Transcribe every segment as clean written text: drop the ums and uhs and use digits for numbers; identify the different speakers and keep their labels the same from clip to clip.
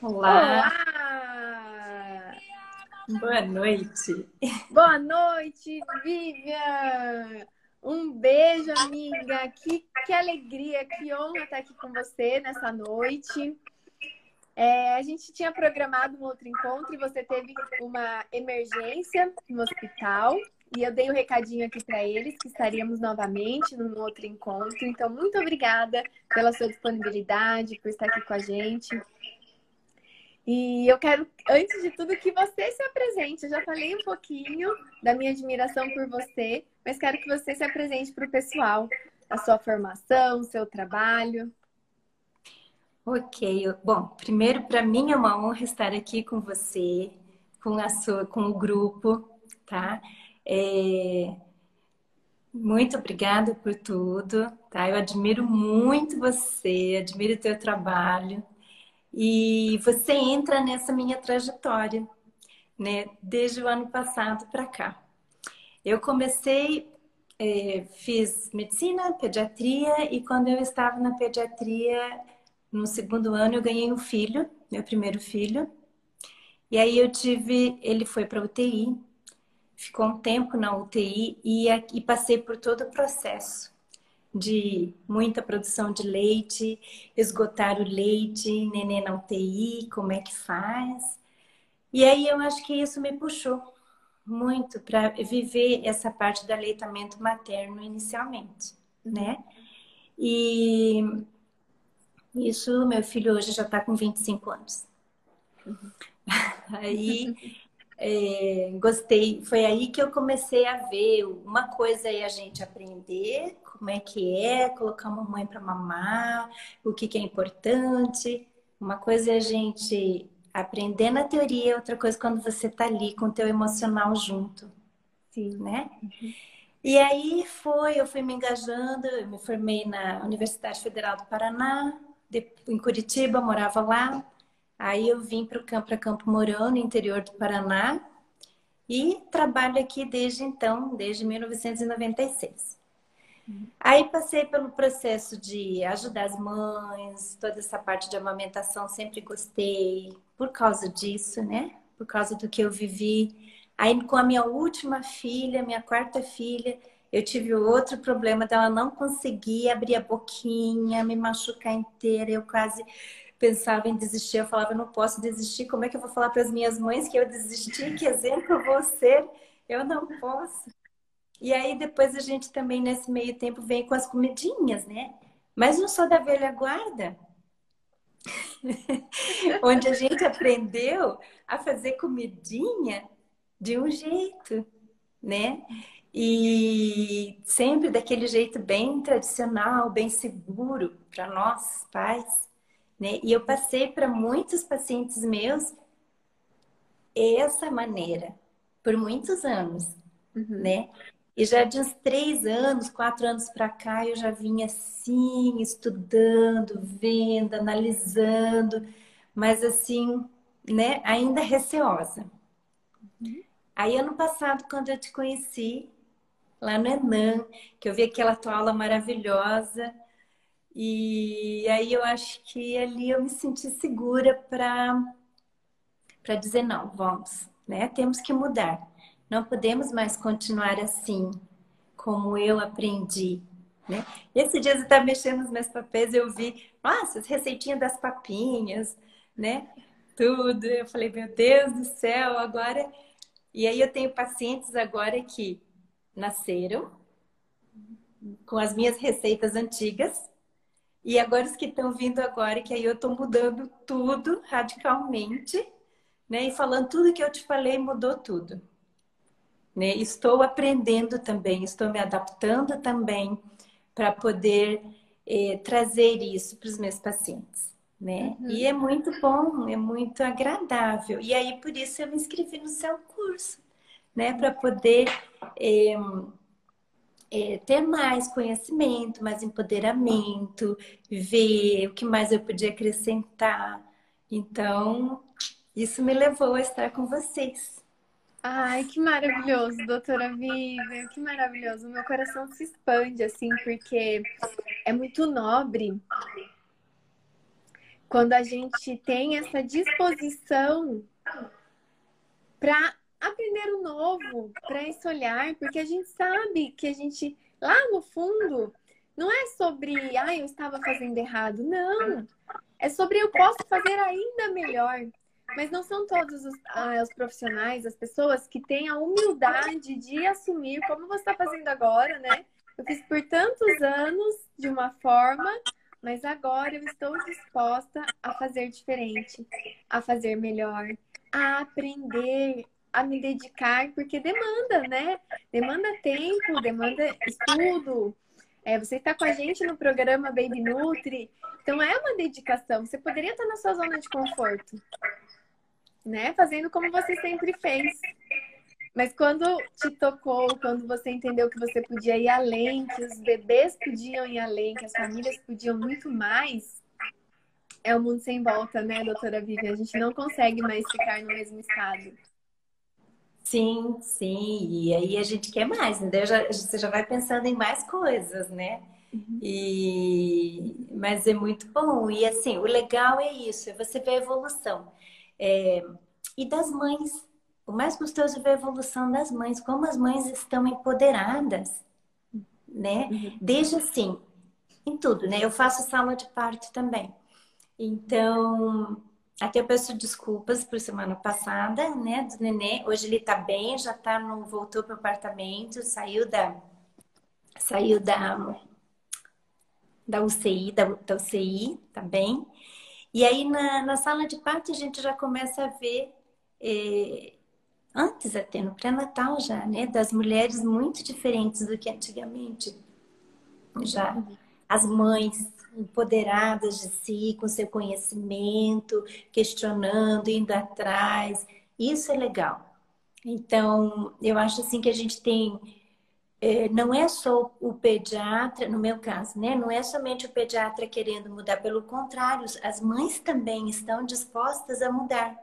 Speaker 1: Olá,
Speaker 2: Olá!
Speaker 1: boa noite.
Speaker 2: Boa noite, Vivian! Um beijo, amiga! Que alegria, que honra estar aqui com você nessa noite. A gente tinha programado um outro encontro e você teve uma emergência no hospital. E eu dei um recadinho aqui para eles que estaríamos novamente num outro encontro. Então, muito obrigada pela sua disponibilidade, por estar aqui com a gente. E eu quero, antes de tudo, que você se apresente. Eu já falei um pouquinho da minha admiração por você, mas quero que você se apresente para o pessoal, a sua formação, o seu trabalho.
Speaker 1: Ok, bom, primeiro para mim é uma honra estar aqui com você, com o grupo, tá? É, Muito obrigada por tudo, tá? Eu admiro muito você, admiro o teu trabalho e você entra nessa minha trajetória, né? Desde o ano passado para cá. Eu comecei, fiz medicina, pediatria, e quando eu estava na pediatria, no segundo ano, eu ganhei um filho, meu primeiro filho. E aí ele foi para UTI, ficou um tempo na UTI e passei por todo o processo de muita produção de leite, esgotar o leite, neném na UTI, como é que faz? E aí eu acho que isso me puxou muito para viver essa parte do aleitamento materno inicialmente,
Speaker 2: Uhum.
Speaker 1: né? E isso, meu filho hoje já está com 25 anos.
Speaker 2: Uhum.
Speaker 1: Aí gostei, foi aí que eu comecei a ver uma coisa é a gente aprender como é colocar uma mãe para mamar, o que que é importante. Uma coisa é a gente aprender na teoria, outra coisa é quando você tá ali com o teu emocional junto,
Speaker 2: Sim.
Speaker 1: né?
Speaker 2: Uhum.
Speaker 1: E aí eu fui me engajando, eu me formei na Universidade Federal do Paraná, em Curitiba, morava lá. Aí eu vim para Campo Mourão, no interior do Paraná, e trabalho aqui desde então, desde 1996. Aí passei pelo processo de ajudar as mães, toda essa parte de amamentação sempre gostei, por causa disso, né? Por causa do que eu vivi. Aí com a minha última filha, minha quarta filha, eu tive outro problema dela não conseguir abrir a boquinha, me machucar inteira. Eu quase pensava em desistir. Eu falava, eu não posso desistir. Como é que eu vou falar para as minhas mães que eu desisti? Que exemplo eu vou ser? Eu não posso. E aí depois a gente também nesse meio tempo vem com as comidinhas, né? Mas não sou da velha guarda, onde a gente aprendeu a fazer comidinha de um jeito, né? E sempre daquele jeito bem tradicional, bem seguro para nós, pais, né? E eu passei para muitos pacientes meus essa maneira por muitos anos,
Speaker 2: Uhum.
Speaker 1: né? E já de uns 3 anos, 4 anos para cá, eu já vinha assim, estudando, vendo, analisando, mas assim, né, ainda receosa.
Speaker 2: Uhum.
Speaker 1: Aí, ano passado, quando eu te conheci, lá no Enan, que eu vi aquela tua aula maravilhosa, e aí eu acho que ali eu me senti segura para dizer não, vamos, né? Temos que mudar. Não podemos mais continuar assim, como eu aprendi, né? Esse dia eu estava mexendo nos meus papéis, eu vi, nossa, as receitinhas das papinhas, né? Tudo. Eu falei, meu Deus do céu, agora. E aí eu tenho pacientes agora que nasceram com as minhas receitas antigas. E agora os que estão vindo agora, que aí eu estou mudando tudo radicalmente, né? E falando tudo que eu te falei, mudou tudo, né? Estou aprendendo também, estou me adaptando também para poder trazer isso para os meus pacientes, né? E
Speaker 2: Uhum.
Speaker 1: é muito bom, é muito agradável. E aí, por isso, eu me inscrevi no seu curso, né? Para poder ter mais conhecimento, mais empoderamento, ver o que mais eu podia acrescentar. Então, isso me levou a estar com vocês.
Speaker 2: Ai, que maravilhoso, doutora Vivian, que maravilhoso. O meu coração se expande, assim, porque é muito nobre quando a gente tem essa disposição para aprender o novo, para esse olhar, porque a gente sabe que a gente, lá no fundo, não é sobre, eu estava fazendo errado. Não, é sobre eu posso fazer ainda melhor. Mas não são todos os profissionais, as pessoas que têm a humildade de assumir, como você está fazendo agora, né? Eu fiz por tantos anos de uma forma, mas agora eu estou disposta a fazer diferente, a fazer melhor, a aprender, a me dedicar, porque demanda, né? Demanda tempo, demanda estudo. Você está com a gente no programa Baby Nutri, então é uma dedicação. Você poderia estar na sua zona de conforto, né? Fazendo como você sempre fez. Mas quando te tocou, quando você entendeu que você podia ir além, que os bebês podiam ir além, que as famílias podiam muito mais, é o mundo sem volta, né, doutora Vivian? A gente não consegue mais ficar no mesmo estado.
Speaker 1: Sim, sim. E aí a gente quer mais, né? Você já vai pensando em mais coisas, né? Mas é muito bom. E assim, o legal é isso, é você ver a evolução. E das mães. O mais gostoso é ver a evolução das mães, como as mães estão empoderadas, né? Desde assim, em tudo, né? Eu faço sala de parto também. Então, até eu peço desculpas por semana passada, né? Do nenê. Hoje ele tá bem, já tá no, voltou pro apartamento, saiu da UCI, da UCI, tá bem. E aí na sala de parto a gente já começa a ver, antes até no pré-natal já, né? Das mulheres muito diferentes do que antigamente. Já as mães empoderadas de si, com seu conhecimento, questionando, indo atrás. Isso é legal. Então, eu acho assim que a gente tem não é só o pediatra, no meu caso, né? Não é somente o pediatra querendo mudar, pelo contrário, as mães também estão dispostas a mudar,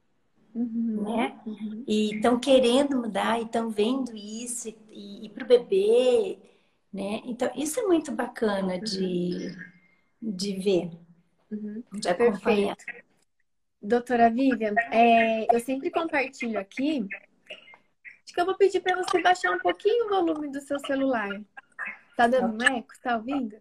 Speaker 1: né? E estão querendo mudar, e estão vendo isso, e para o bebê, né? Então, isso é muito bacana de ver, de acompanhar.
Speaker 2: Perfeito. Doutora Vivian, eu sempre compartilho aqui. Acho que eu vou pedir para você baixar um pouquinho o volume do seu celular. Tá dando um eco? Tá ouvindo?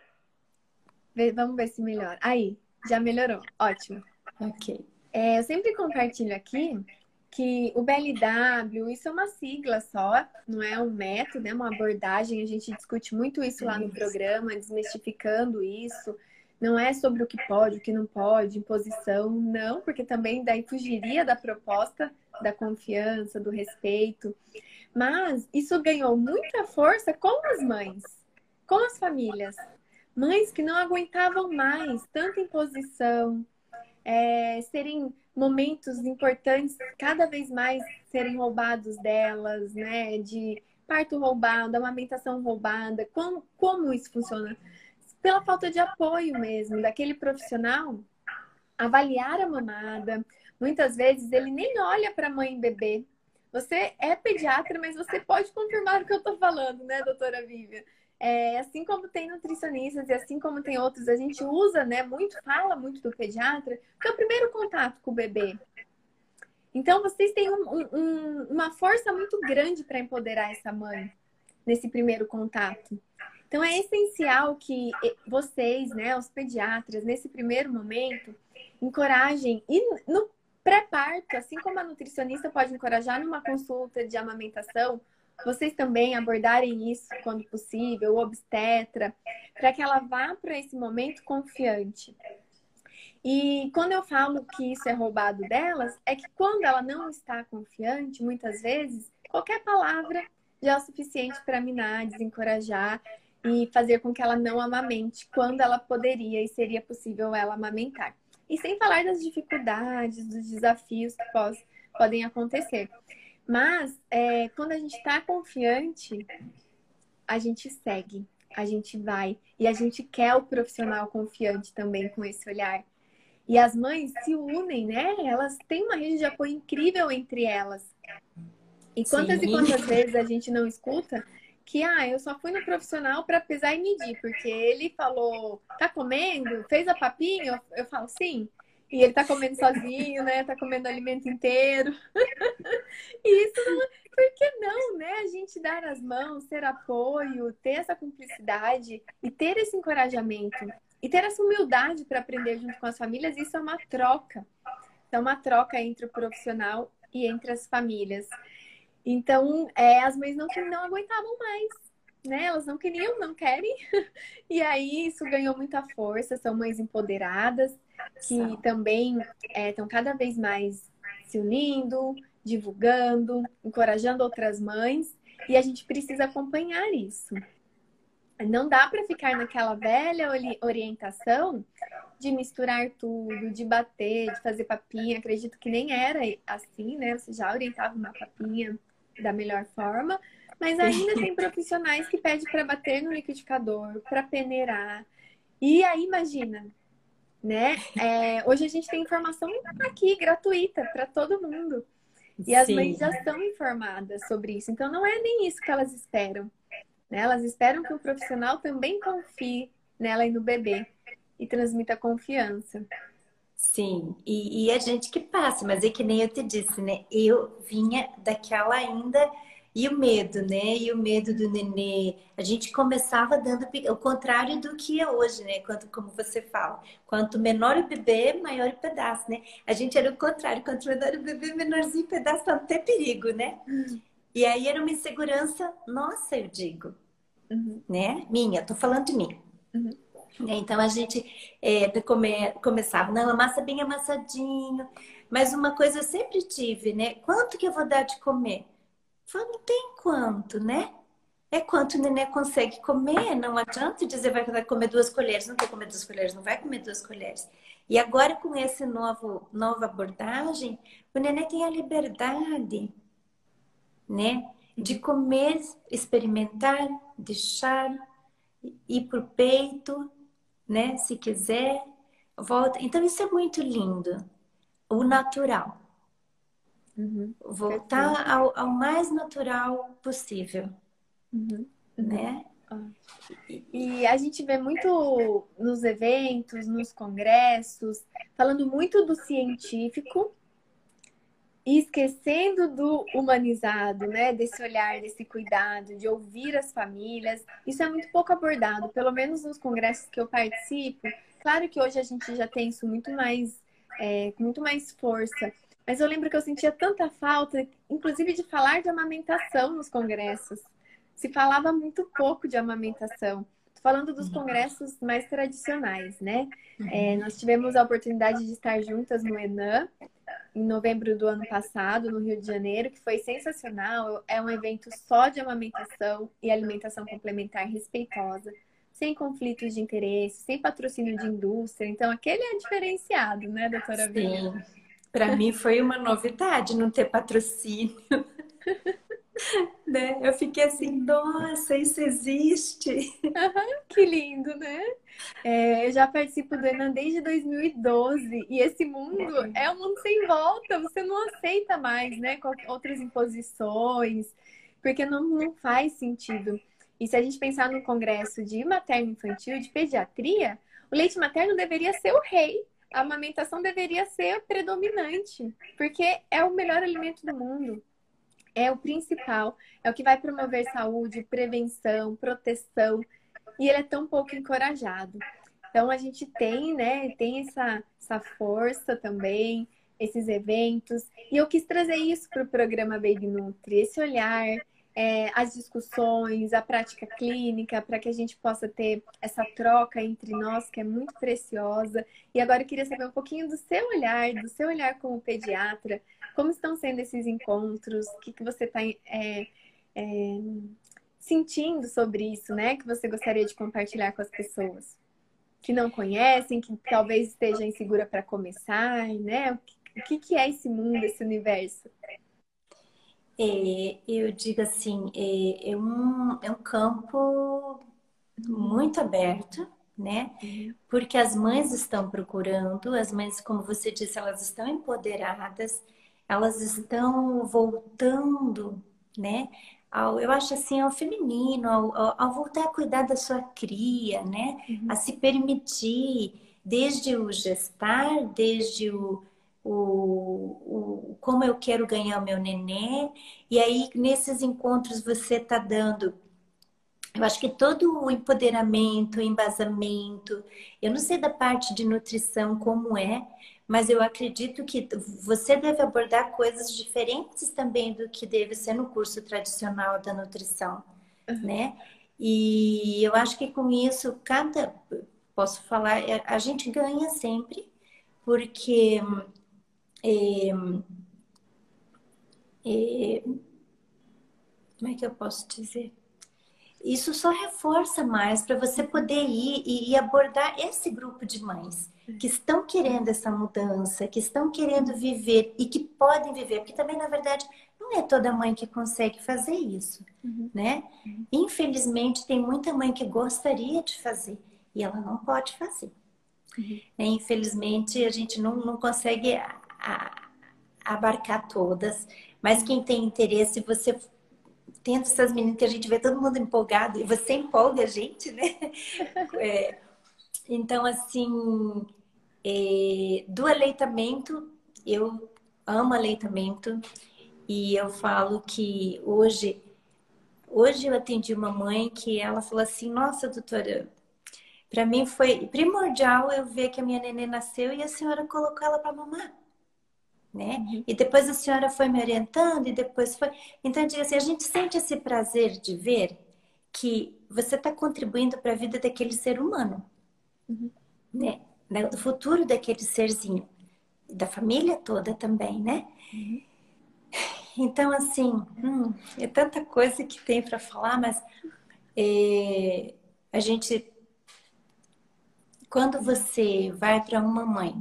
Speaker 2: Vamos ver se melhora. Aí, já melhorou. Ótimo.
Speaker 1: Ok.
Speaker 2: Eu sempre compartilho aqui que o BLW, isso é uma sigla só, não é um método, é uma abordagem. A gente discute muito isso lá no programa, desmistificando isso. Não é sobre o que pode, o que não pode, imposição, não, porque também daí fugiria da proposta da confiança, do respeito. Mas isso ganhou muita força com as mães, com as famílias. Mães que não aguentavam mais tanta imposição, serem momentos importantes, cada vez mais serem roubados delas, né? De parto roubado, amamentação roubada. Como isso funciona? Pela falta de apoio mesmo, daquele profissional avaliar a mamada. Muitas vezes ele nem olha para a mãe e bebê. Você é pediatra, mas você pode confirmar o que eu estou falando, né, doutora Vivian? Assim como tem nutricionistas e assim como tem outros, a gente usa, né, fala muito do pediatra, que é o primeiro contato com o bebê. Então, vocês têm uma força muito grande para empoderar essa mãe nesse primeiro contato. Então, é essencial que vocês, né, os pediatras, nesse primeiro momento, encorajem. E no pré-parto, assim como a nutricionista pode encorajar numa consulta de amamentação, vocês também abordarem isso quando possível, o obstetra, para que ela vá para esse momento confiante. E quando eu falo que isso é roubado delas, é que quando ela não está confiante, muitas vezes, qualquer palavra já é o suficiente para minar, desencorajar e fazer com que ela não amamente quando ela poderia e seria possível ela amamentar. E sem falar das dificuldades, dos desafios que podem acontecer. Mas, quando a gente está confiante, a gente segue, a gente vai. E a gente quer o profissional confiante também com esse olhar. E as mães se unem, né? Elas têm uma rede de apoio incrível entre elas. E quantas vezes a gente não escuta que eu só fui no profissional para pesar e medir, porque ele falou, tá comendo? Fez a papinha? Eu falo, sim. E ele tá comendo sozinho, né? Tá comendo o alimento inteiro. E isso não, por que não, né? A gente dar as mãos, ter apoio, ter essa cumplicidade e ter esse encorajamento e ter essa humildade para aprender junto com as famílias, isso é uma troca. É uma troca entre o profissional e entre as famílias. Então, as mães não aguentavam mais, né? Elas não queriam, não querem. E aí isso ganhou muita força. São mães empoderadas que também estão cada vez mais se unindo, divulgando, encorajando outras mães. E a gente precisa acompanhar isso. Não dá para ficar naquela velha orientação de misturar tudo, de bater, de fazer papinha. Acredito que nem era assim, né? Você já orientava uma papinha da melhor forma, mas ainda tem profissionais que pedem para bater no liquidificador, para peneirar. E aí, imagina, né? Hoje a gente tem informação aqui, gratuita, para todo mundo. E as mães
Speaker 1: Sim.
Speaker 2: já estão informadas sobre isso. Então, não é nem isso que elas esperam, né? Elas esperam que o profissional também confie nela e no bebê e transmita confiança.
Speaker 1: Sim, e a gente que passa, mas é que nem eu te disse, né? Eu vinha daquela ainda, e o medo, né? E o medo do nenê. A gente começava dando o contrário do que é hoje, né? Quanto, como você fala, quanto menor o bebê, maior o pedaço, né? A gente era o contrário, quanto menor o bebê, menorzinho o pedaço, pra não ter perigo, né? E aí era uma insegurança, nossa, eu digo,
Speaker 2: Uhum,
Speaker 1: né? Minha, tô falando de mim.
Speaker 2: uhum,
Speaker 1: Então a gente começava, não, amassa bem amassadinho. Mas uma coisa eu sempre tive, né? Quanto que eu vou dar de comer? Falei, não tem quanto, né? É quanto o nenê consegue comer. Não adianta dizer vai comer 2 colheres. Não quer comer 2 colheres, não vai comer 2 colheres. E agora com esse nova abordagem, o nenê tem a liberdade, né? De
Speaker 2: uhum,
Speaker 1: comer, experimentar, deixar, ir pro peito, né? Se quiser, volta. Então, isso é muito lindo. O natural.
Speaker 2: uhum. Perfeito.
Speaker 1: Voltar ao mais natural possível,
Speaker 2: Uhum, uhum.
Speaker 1: né?
Speaker 2: Ó. E a gente vê muito nos eventos, nos congressos, falando muito do científico e esquecendo do humanizado, né? Desse olhar, desse cuidado, de ouvir as famílias. Isso é muito pouco abordado, pelo menos nos congressos que eu participo. Claro que hoje a gente já tem isso com muito mais força. Mas eu lembro que eu sentia tanta falta, inclusive de falar de amamentação nos congressos. Se falava muito pouco de amamentação. Tô falando dos congressos mais tradicionais, né? Nós tivemos a oportunidade de estar juntas no ENAM, em novembro do ano passado, no Rio de Janeiro, que foi sensacional. É um evento só de amamentação e alimentação complementar respeitosa, sem conflitos de interesse, sem patrocínio de indústria. Então, aquele é diferenciado, né, doutora Vivian?
Speaker 1: Sim. Para mim foi uma novidade não ter patrocínio, né? Eu fiquei assim, nossa, isso existe.
Speaker 2: Que lindo, né? Eu já participo do Enan desde 2012 e esse mundo é um mundo sem volta. Você não aceita mais, né? Outras imposições, porque não faz sentido. E se a gente pensar no congresso de materno-infantil, de pediatria, o leite materno deveria ser o rei. A amamentação deveria ser predominante, porque é o melhor alimento do mundo. É o principal, é o que vai promover saúde, prevenção, proteção, e ele é tão pouco encorajado. Então a gente tem, né, tem essa força também, esses eventos, e eu quis trazer isso para o programa Baby Nutri, esse olhar, as discussões, a prática clínica, para que a gente possa ter essa troca entre nós, que é muito preciosa. E agora eu queria saber um pouquinho do seu olhar como pediatra, como estão sendo esses encontros, o que você está sentindo sobre isso, né? Que você gostaria de compartilhar com as pessoas que não conhecem, que talvez esteja insegura para começar, né? O que é esse mundo, esse universo?
Speaker 1: Eu digo assim, é um campo muito aberto, né?
Speaker 2: Uhum,
Speaker 1: Porque as mães estão procurando, as mães, como você disse, elas estão empoderadas, elas estão voltando, né, eu acho assim, ao feminino, ao voltar a cuidar da sua cria, né?
Speaker 2: Uhum.
Speaker 1: A se permitir, desde o gestar, desde como eu quero ganhar o meu nenê. E aí, nesses encontros, você tá dando. Eu acho que todo o empoderamento, o embasamento, eu não sei da parte de nutrição como é, mas eu acredito que você deve abordar coisas diferentes também do que deve ser no curso tradicional da nutrição,
Speaker 2: Uhum.
Speaker 1: né? E eu acho que com isso, posso falar, a gente ganha sempre, porque, como é que eu posso dizer? Isso só reforça mais para você poder ir e abordar esse grupo de mães que estão querendo essa mudança, que estão querendo viver e que podem viver, porque também, na verdade, não é toda mãe que consegue fazer isso,
Speaker 2: Uhum.
Speaker 1: né? Infelizmente, tem muita mãe que gostaria de fazer e ela não pode fazer.
Speaker 2: Uhum.
Speaker 1: Infelizmente, a gente não consegue abarcar todas, mas quem tem interesse, você tendo essas meninas que a gente vê todo mundo empolgado e você empolga a gente, né? Então, assim, do aleitamento, eu amo aleitamento e eu falo que hoje eu atendi uma mãe que ela falou assim, nossa, doutora, para mim foi primordial eu ver que a minha neném nasceu e a senhora colocou ela para mamar. Né?
Speaker 2: Uhum.
Speaker 1: E depois a senhora foi me orientando e depois foi. Então, eu digo assim, a gente sente esse prazer de ver que você está contribuindo para a vida daquele ser humano,
Speaker 2: Uhum.
Speaker 1: né? Do futuro daquele serzinho, da família toda também, né?
Speaker 2: Uhum.
Speaker 1: Então, assim, é tanta coisa que tem para falar, mas a gente, quando você vai para uma mãe,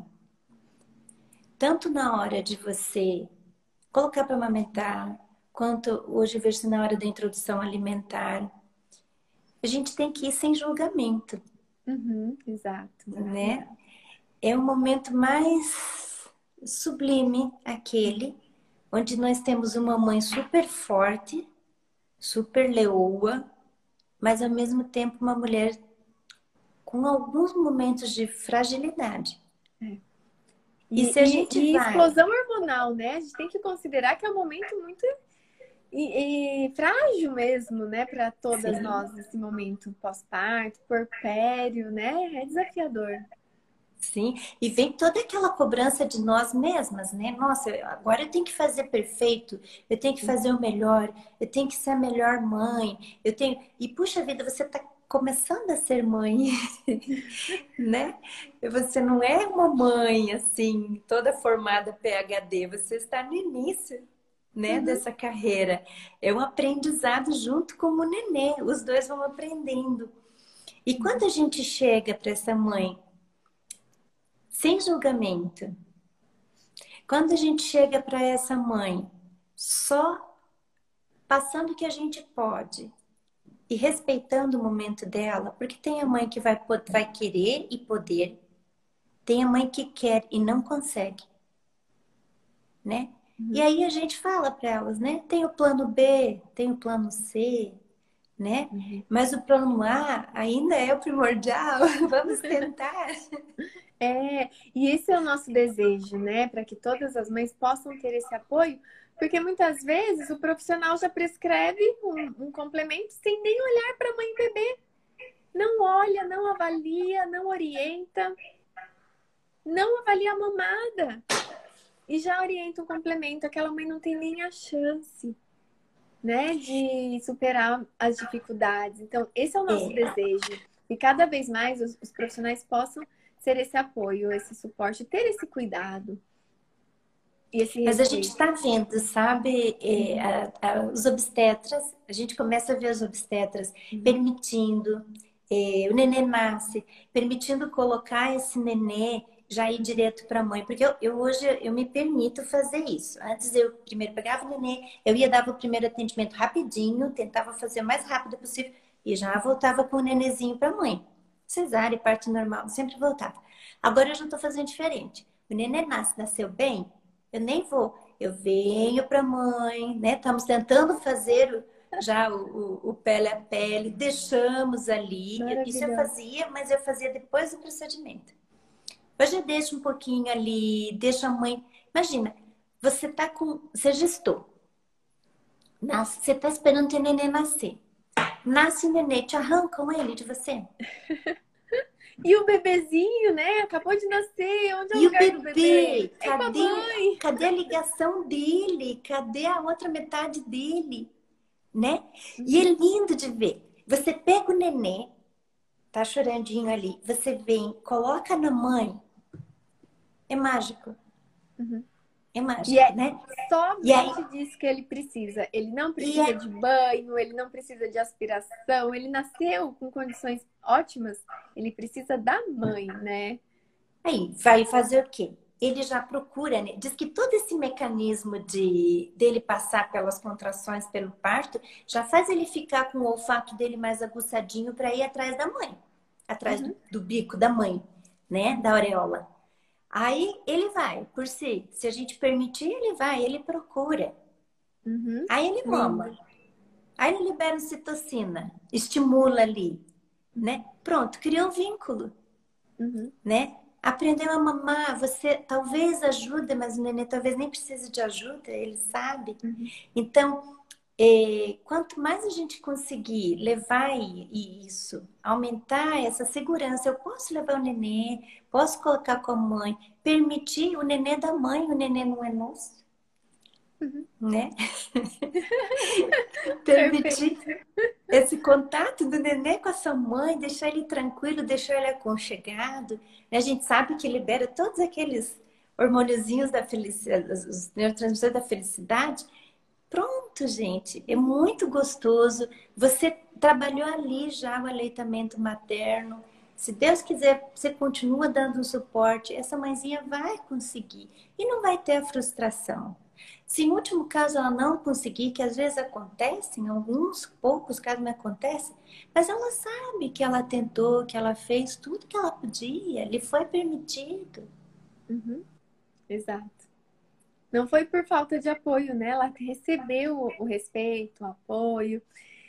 Speaker 1: tanto na hora de você colocar para amamentar, quanto hoje eu vejo na hora da introdução alimentar, a gente tem que ir sem julgamento,
Speaker 2: Uhum. Exato.
Speaker 1: né? É o momento mais sublime aquele onde nós temos uma mãe super forte, super leoa, mas ao mesmo tempo uma mulher com alguns momentos de fragilidade.
Speaker 2: É.
Speaker 1: E se a gente
Speaker 2: E
Speaker 1: vai,
Speaker 2: explosão hormonal, né? A gente tem que considerar que é um momento muito e frágil mesmo, né? Para todas
Speaker 1: sim,
Speaker 2: nós nesse momento pós-parto, puerpério, né? É desafiador.
Speaker 1: sim, e vem toda aquela cobrança de nós mesmas, né? Nossa, agora eu tenho que fazer perfeito, eu tenho que fazer o melhor, eu tenho que ser a melhor mãe, eu tenho. E puxa vida, você está começando a ser mãe, né? Você não é uma mãe assim, toda formada PhD, você está no início, né,
Speaker 2: Uhum.
Speaker 1: dessa carreira. É um aprendizado junto com o nenê, os dois vão aprendendo. E quando a gente chega para essa mãe sem julgamento, quando a gente chega para essa mãe só passando o que a gente pode e respeitando o momento dela, porque tem a mãe que vai querer e poder, tem a mãe que quer e não consegue, né? E
Speaker 2: Uhum.
Speaker 1: aí a gente fala para elas, né? Tem o plano B, tem o plano C, né?
Speaker 2: Uhum.
Speaker 1: Mas o plano A ainda é o primordial. Vamos tentar.
Speaker 2: É, e esse é o nosso desejo, né? Para que todas as mães possam ter esse apoio, porque muitas vezes o profissional já prescreve um complemento sem nem olhar para a mãe e bebê. Não olha, não avalia, não orienta, não avalia a mamada. E já orienta um complemento, aquela mãe não tem nem a chance, né, de superar as dificuldades. Então, esse é o nosso
Speaker 1: É,
Speaker 2: desejo. E cada vez mais os profissionais possam ser esse apoio, esse suporte, ter esse cuidado e esse
Speaker 1: mas a gente
Speaker 2: respeito.
Speaker 1: está vendo, sabe,
Speaker 2: Uhum,
Speaker 1: os obstetras, a gente começa a ver os obstetras
Speaker 2: uhum,
Speaker 1: permitindo, o nenê nasce, permitindo colocar esse nenê já ir direto para a mãe, porque hoje eu me permito fazer isso. Antes eu primeiro pegava o nenê, eu ia dava o primeiro atendimento rapidinho, tentava fazer o mais rápido possível e já voltava com o nenezinho para a mãe. Cesárea, parto normal, sempre voltava. Agora eu já estou fazendo diferente. O nenê nasceu bem, eu nem vou. Eu venho para a mãe, né? Estamos tentando fazer já o pele a pele, deixamos ali. Isso eu
Speaker 2: Maravilhoso.
Speaker 1: fazia, mas eu fazia depois do procedimento. Hoje eu deixo um pouquinho ali, deixa a mãe. Imagina, você gestou, você tá esperando o neném nascer. Nasce o neném, te arrancam ele de você.
Speaker 2: E o bebezinho, né? Acabou de nascer. Onde é o
Speaker 1: E o
Speaker 2: lugar do bebê?
Speaker 1: bebê,
Speaker 2: É com a mãe.
Speaker 1: cadê a ligação dele? Cadê a outra metade dele? Né? E é
Speaker 2: Uhum,
Speaker 1: lindo de ver. Você pega o neném, tá chorandinho ali, você vem, coloca na mãe, é mágico,
Speaker 2: uhum.
Speaker 1: é
Speaker 2: E
Speaker 1: mágico,
Speaker 2: é
Speaker 1: né? E aí,
Speaker 2: somente disso que ele precisa. Ele não
Speaker 1: e
Speaker 2: precisa
Speaker 1: é,
Speaker 2: de banho, ele não precisa de aspiração. Ele nasceu com condições ótimas. Ele precisa da mãe, né?
Speaker 1: aí vai fazer o quê? Ele já procura, né? Diz que todo esse mecanismo dele passar pelas contrações, pelo parto, já faz ele ficar com o olfato dele mais aguçadinho para ir atrás da mãe, atrás
Speaker 2: Uhum,
Speaker 1: do bico da mãe, né? Da
Speaker 2: uhum,
Speaker 1: auréola. Aí ele vai, por si. Se a gente permitir, ele vai, ele procura.
Speaker 2: uhum.
Speaker 1: Aí ele mama.
Speaker 2: Lindo.
Speaker 1: Aí ele libera ocitocina, estimula ali, né? Pronto, criou um vínculo,
Speaker 2: Uhum,
Speaker 1: né? Aprendeu a mamar, você talvez ajude, mas o nenê talvez nem precise de ajuda, ele sabe.
Speaker 2: uhum,
Speaker 1: Então, quanto mais a gente conseguir levar isso, aumentar essa segurança, eu posso levar o nenê, posso colocar com a mãe, permitir o nenê da mãe, o nenê não é nosso,
Speaker 2: uhum.
Speaker 1: né? Permitir
Speaker 2: Perfeito.
Speaker 1: esse contato do nenê com a sua mãe, deixar ele tranquilo, deixar ele aconchegado. A gente sabe que libera todos aqueles hormôniozinhos da felicidade, os neurotransmissores da felicidade. Pronto, gente, é muito gostoso. Você trabalhou ali já o aleitamento materno. Se Deus quiser, você continua dando um suporte, essa mãezinha vai conseguir e não vai ter a frustração. Se em último caso ela não conseguir, que às vezes acontece, em alguns poucos casos não acontece, mas ela sabe que ela tentou, que ela fez tudo que ela podia, lhe foi permitido.
Speaker 2: Uhum, exato. Não foi por falta de apoio, né? Ela recebeu o respeito, o apoio.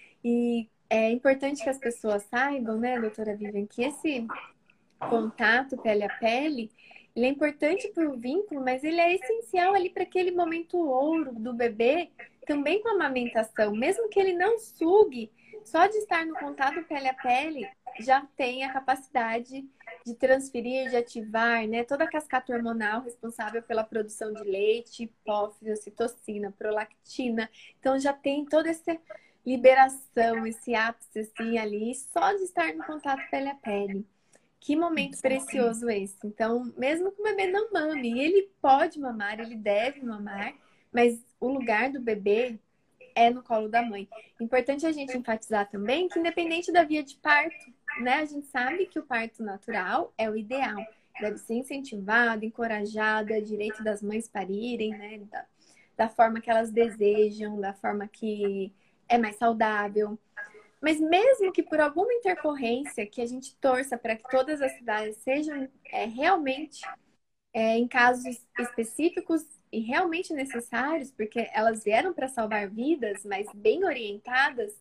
Speaker 2: E é importante que as pessoas saibam, né, doutora Vivian, que esse contato pele a pele, ele é importante para o vínculo, mas ele é essencial ali para aquele momento ouro do bebê, também com a amamentação. Mesmo que ele não sugue, só de estar no contato pele a pele já tem a capacidade de transferir, de ativar, né, toda a cascata hormonal responsável pela produção de leite, hipófise, ocitocina, prolactina. Então já tem toda essa liberação, esse ápice assim ali, só de estar no contato pele a pele. Que momento precioso esse. Então, mesmo que o bebê não mame, ele pode mamar, ele deve mamar, mas o lugar do bebê é no colo da mãe. Importante a gente enfatizar também que, independente da via de parto, né, a gente sabe que o parto natural é o ideal. Deve ser incentivado, encorajado, é direito das mães parirem, né, da forma que elas desejam, da forma que é mais saudável. Mas mesmo que por alguma intercorrência que a gente torça para que todas as cidades sejam realmente em casos específicos e realmente necessários, porque elas vieram para salvar vidas, mas bem orientadas,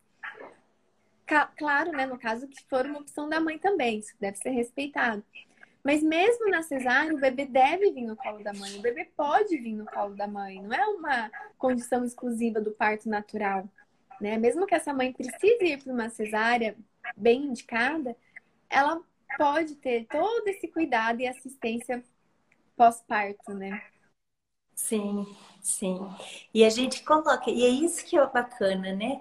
Speaker 2: claro, né, no caso que for uma opção da mãe também, isso deve ser respeitado. Mas mesmo na cesárea, o bebê deve vir no colo da mãe, o bebê pode vir no colo da mãe, não é uma condição exclusiva do parto natural, né? Mesmo que essa mãe precise ir para uma cesárea bem indicada, ela pode ter todo esse cuidado e assistência pós-parto, né?
Speaker 1: Sim, sim. E a gente coloca, e é isso que é bacana, né?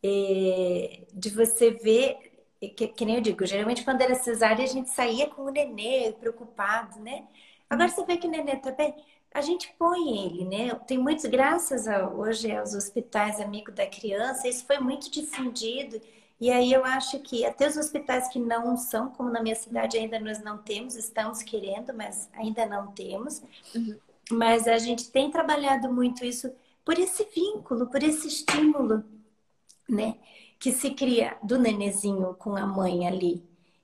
Speaker 1: De você ver, que nem eu digo, geralmente quando era cesárea a gente saía com o nenê preocupado, né? Agora
Speaker 2: Uhum.
Speaker 1: você vê que o nenê tá bem, a gente põe ele, né? Tem muitos, graças hoje aos hospitais amigos da criança, isso foi muito difundido. E aí eu acho que até os hospitais que não são, como na minha cidade ainda nós não temos, estamos querendo, mas ainda não temos.
Speaker 2: Uhum.
Speaker 1: Mas a gente tem trabalhado muito isso por esse vínculo, por esse estímulo, né? Que se cria do nenezinho com a mãe ali.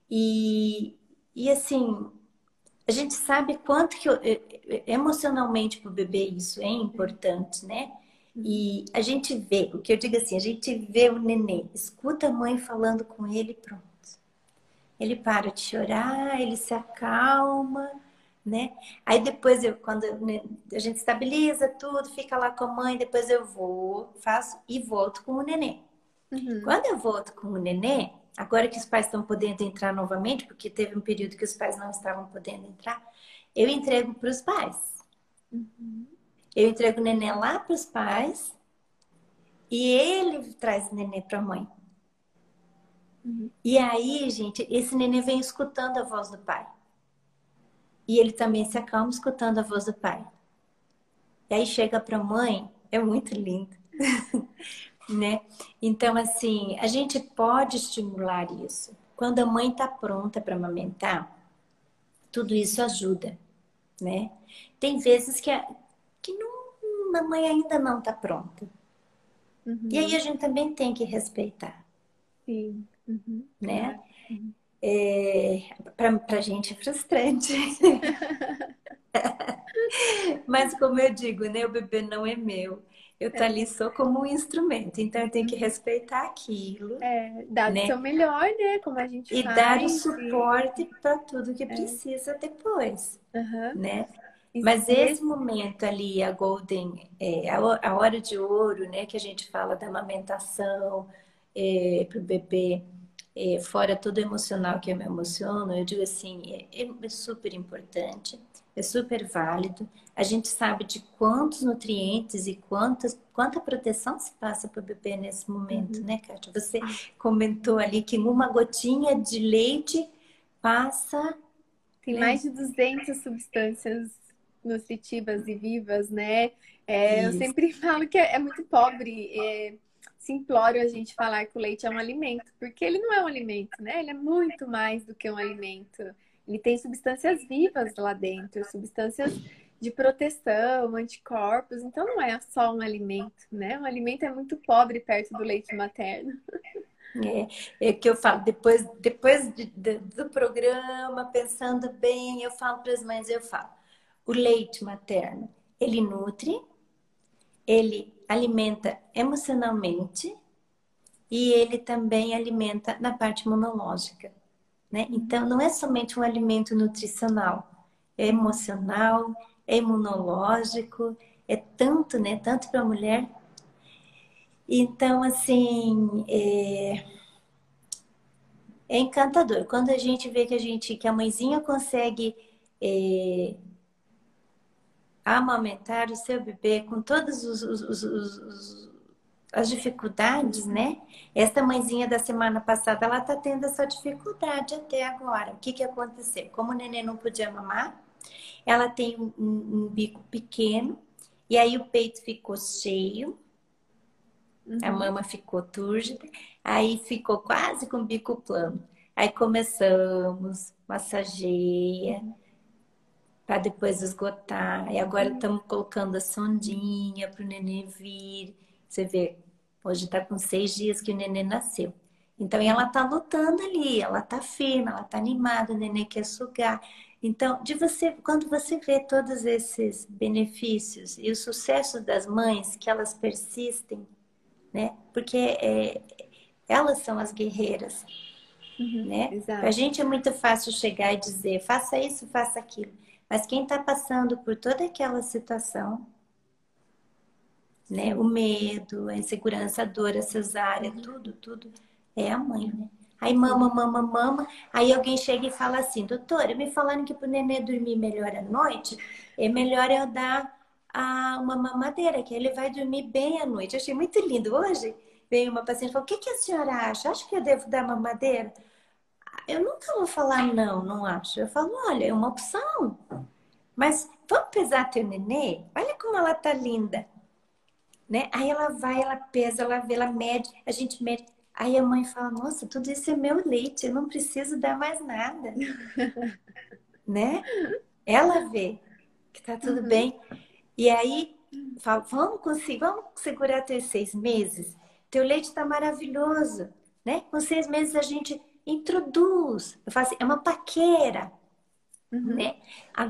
Speaker 1: E assim, a gente sabe quanto que emocionalmente para o bebê isso é importante, né? E a gente vê, o que eu digo assim, a gente vê o nenê, escuta a mãe falando com ele, pronto. Ele para de chorar, ele se acalma, né? Aí depois, quando a gente estabiliza tudo, fica lá com a mãe, depois eu vou, faço e volto com o nenê.
Speaker 2: Uhum.
Speaker 1: Quando eu volto com o nenê, agora que os pais estão podendo entrar novamente, porque teve um período que os pais não estavam podendo entrar, eu entrego para os pais.
Speaker 2: Uhum.
Speaker 1: Eu entrego o nenê lá para os pais e ele traz o nenê para a mãe.
Speaker 2: Uhum.
Speaker 1: E aí, gente, esse nenê vem escutando a voz do pai. E ele também se acalma escutando a voz do pai. E aí chega para a mãe, é muito lindo, né? Então, assim, a gente pode estimular isso. Quando a mãe está pronta para amamentar, tudo isso ajuda, né? Tem vezes que não, a mãe ainda não está pronta. E aí a
Speaker 2: Uhum.
Speaker 1: gente também tem que respeitar,
Speaker 2: Sim. Uhum.
Speaker 1: né?
Speaker 2: Claro. Uhum.
Speaker 1: Pra gente é frustrante. Mas como eu digo, né? O bebê não é meu. Eu tô
Speaker 2: É.
Speaker 1: ali só como um instrumento. Então eu tenho que
Speaker 2: Uhum.
Speaker 1: respeitar aquilo,
Speaker 2: É, dar o
Speaker 1: né?
Speaker 2: seu melhor, né? Como a gente
Speaker 1: E dar o
Speaker 2: faz.
Speaker 1: suporte para tudo que
Speaker 2: É.
Speaker 1: precisa depois,
Speaker 2: Aham.
Speaker 1: né? Mas
Speaker 2: E
Speaker 1: esse
Speaker 2: esse...
Speaker 1: momento ali, a golden, a hora de ouro, né? Que a gente fala da amamentação para o bebê, fora todo o emocional que eu me emociono, eu digo assim, é super importante, é super válido. A gente sabe de quantos nutrientes e quanta proteção se passa para o bebê nesse momento,
Speaker 2: Uhum.
Speaker 1: né, Kátia? Você comentou ali que uma gotinha de leite passa,
Speaker 2: Tem
Speaker 1: né?
Speaker 2: mais de 200 substâncias nutritivas e vivas, né? Eu
Speaker 1: Isso.
Speaker 2: sempre falo que é muito pobre, simplório a gente falar que o leite é um alimento, porque ele não é um alimento, né? Ele é muito mais do que um alimento. Ele tem substâncias vivas lá dentro, substâncias de proteção, anticorpos, então não é só um alimento, né? Um alimento é muito pobre perto do leite materno.
Speaker 1: É que eu falo, depois do programa, pensando bem, eu falo para as mães, eu falo, o leite materno, ele nutre, ele alimenta emocionalmente e ele também alimenta na parte imunológica, né?
Speaker 2: Uhum.
Speaker 1: Então, não é somente um alimento nutricional, é
Speaker 2: Uhum.
Speaker 1: emocional, é imunológico, é tanto, né? Tanto para a mulher. Então, assim, é encantador. Quando a gente vê que a mãezinha consegue é, amamentar o seu bebê com todas as dificuldades, né? Esta mãezinha da semana passada, ela tá tendo essa dificuldade até agora. O que que aconteceu? Como o neném não podia mamar, ela tem um bico pequeno e aí o peito ficou cheio, a
Speaker 2: Uhum.
Speaker 1: mama ficou túrgida, aí ficou quase com o bico plano. Aí começamos, massageia, para depois esgotar. E agora estamos colocando a sondinha para o neném vir. Você vê, hoje está com 6 dias que o neném nasceu. Então ela está lutando ali, ela está firme, ela está animada, o neném quer sugar. Então, quando você vê todos esses benefícios e o sucesso das mães, que elas persistem, né? Porque elas são as guerreiras,
Speaker 2: Uhum.
Speaker 1: né? Para a
Speaker 2: Exato.
Speaker 1: gente é muito fácil chegar e dizer, faça isso, faça aquilo. Mas quem está passando por toda aquela situação, né? O
Speaker 2: Sim.
Speaker 1: medo, a insegurança, a dor, a cesárea,
Speaker 2: Uhum.
Speaker 1: tudo é a mãe, né? Aí
Speaker 2: Sim.
Speaker 1: mama, mama, mama. Aí alguém chega e fala assim, doutora, me falaram que para o nenê dormir melhor à noite, é melhor eu dar uma mamadeira, que ele vai dormir bem à noite. Eu achei muito lindo. Hoje veio uma paciente e falou, o que que a senhora acha? Acha que eu devo dar mamadeira? Eu nunca vou falar não, não acho. Eu falo, olha, é uma opção. Mas vamos pesar teu nenê? Olha como ela tá linda, né? Aí ela vai, ela pesa, ela vê, ela mede, a gente mede. Aí a mãe fala, nossa, tudo isso é meu leite, eu não preciso dar mais nada, né? Ela vê que tá tudo
Speaker 2: Uhum.
Speaker 1: bem. E aí fala, vamos conseguir, vamos segurar teus 6 meses? Teu leite tá maravilhoso, né? Com 6 meses a gente introduz. Eu falo assim, é uma paquera.
Speaker 2: Uhum.
Speaker 1: Né? Agora,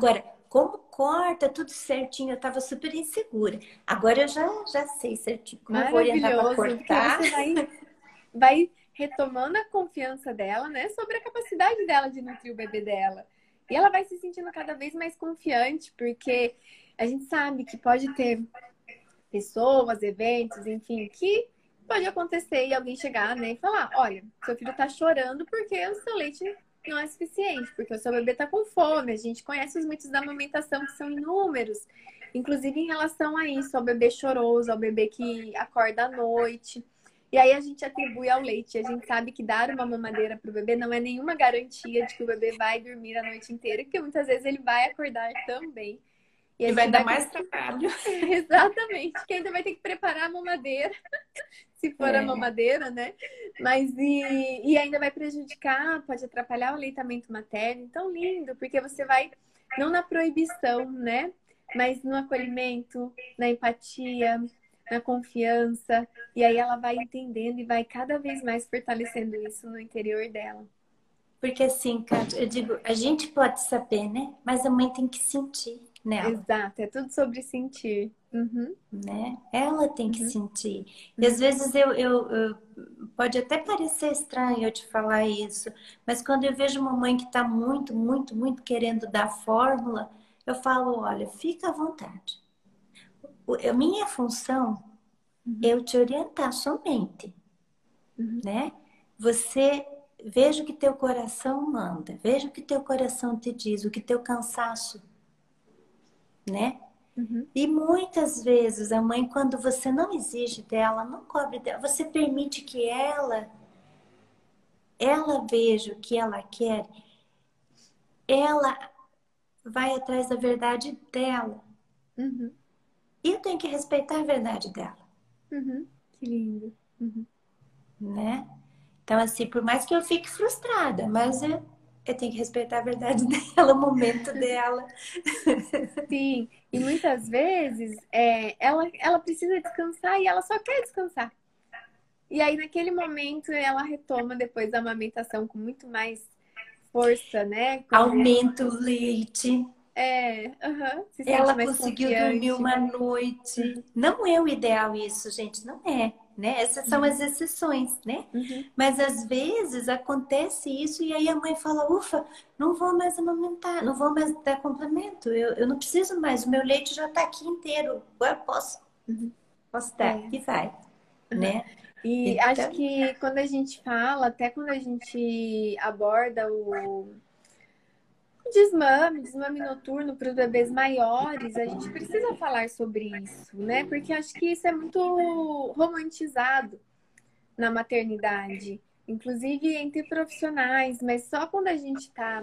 Speaker 1: como corta, tudo certinho. Eu estava super insegura. Agora eu já sei certinho como eu vou orientar para
Speaker 2: Maravilhoso, porque
Speaker 1: cortar.
Speaker 2: você vai retomando a confiança dela, né, sobre a capacidade dela de nutrir o bebê dela. E ela vai se sentindo cada vez mais confiante, porque a gente sabe que pode ter pessoas, eventos, enfim, que pode acontecer e alguém chegar, né, e falar, olha, seu filho tá chorando porque o seu leite não é suficiente, porque o seu bebê tá com fome. A gente conhece os mitos da amamentação, que são inúmeros, inclusive em relação a isso, ao bebê choroso, ao bebê que acorda à noite. E aí a gente atribui ao leite. A gente sabe que dar uma mamadeira para o bebê não é nenhuma garantia de que o bebê vai dormir a noite inteira, porque muitas vezes ele vai acordar também. E a
Speaker 1: E vai
Speaker 2: gente
Speaker 1: dar
Speaker 2: vai
Speaker 1: mais trabalho.
Speaker 2: Exatamente, que ainda vai ter que preparar a mamadeira, se for a
Speaker 1: É.
Speaker 2: mamadeira, né? Mas e ainda vai prejudicar, pode atrapalhar o aleitamento materno. Então, lindo, porque você vai, não na proibição, né? Mas no acolhimento, na empatia, na confiança. E aí ela vai entendendo e vai cada vez mais fortalecendo isso no interior dela.
Speaker 1: Porque assim, Kátia, eu digo, a gente pode saber, né? Mas a mãe tem que sentir nela,
Speaker 2: Exato, é tudo sobre sentir. Uhum,
Speaker 1: né? Ela tem que
Speaker 2: uhum,
Speaker 1: sentir. E às
Speaker 2: uhum.
Speaker 1: vezes pode até parecer estranho eu te falar isso, mas quando eu vejo uma mãe que está muito, muito, muito querendo dar fórmula, eu falo, olha, fica à vontade. A minha função é
Speaker 2: Uhum,
Speaker 1: eu te orientar somente,
Speaker 2: uhum,
Speaker 1: né? Você veja o que teu coração manda, veja o que teu coração te diz, o que teu cansaço, né?
Speaker 2: uhum,
Speaker 1: E muitas vezes a mãe, quando você não exige dela, não cobre dela, você permite que ela veja o que ela quer, ela vai atrás da verdade dela.
Speaker 2: uhum,
Speaker 1: E eu tenho que respeitar a verdade dela,
Speaker 2: uhum. Que lindo. Uhum.
Speaker 1: né? Então, assim, por mais que eu fique frustrada, mas eu tenho que respeitar a verdade dela, o momento dela.
Speaker 2: Sim, e muitas vezes ela precisa descansar e ela só quer descansar. E aí, naquele momento, ela retoma depois da amamentação com muito mais força, né? Quando
Speaker 1: Aumenta o leite.
Speaker 2: se sente
Speaker 1: Ela
Speaker 2: mais
Speaker 1: conseguiu dormir
Speaker 2: confiante.
Speaker 1: uma noite. Não é o ideal isso, gente, não é, né? Essas são
Speaker 2: Uhum,
Speaker 1: as exceções, né?
Speaker 2: uhum,
Speaker 1: Mas às vezes acontece isso e aí a mãe fala: ufa, não vou mais amamentar, não vou mais dar complemento, eu não preciso mais, o meu leite já tá aqui inteiro, agora
Speaker 2: uhum.
Speaker 1: posso dar,
Speaker 2: É,
Speaker 1: e vai,
Speaker 2: uhum.
Speaker 1: né?
Speaker 2: E acho
Speaker 1: Então,
Speaker 2: que quando a gente fala, até quando a gente aborda o desmame noturno para os bebês maiores, a gente precisa falar sobre isso, né? Porque acho que isso é muito romantizado na maternidade, inclusive entre profissionais, mas só quando a gente está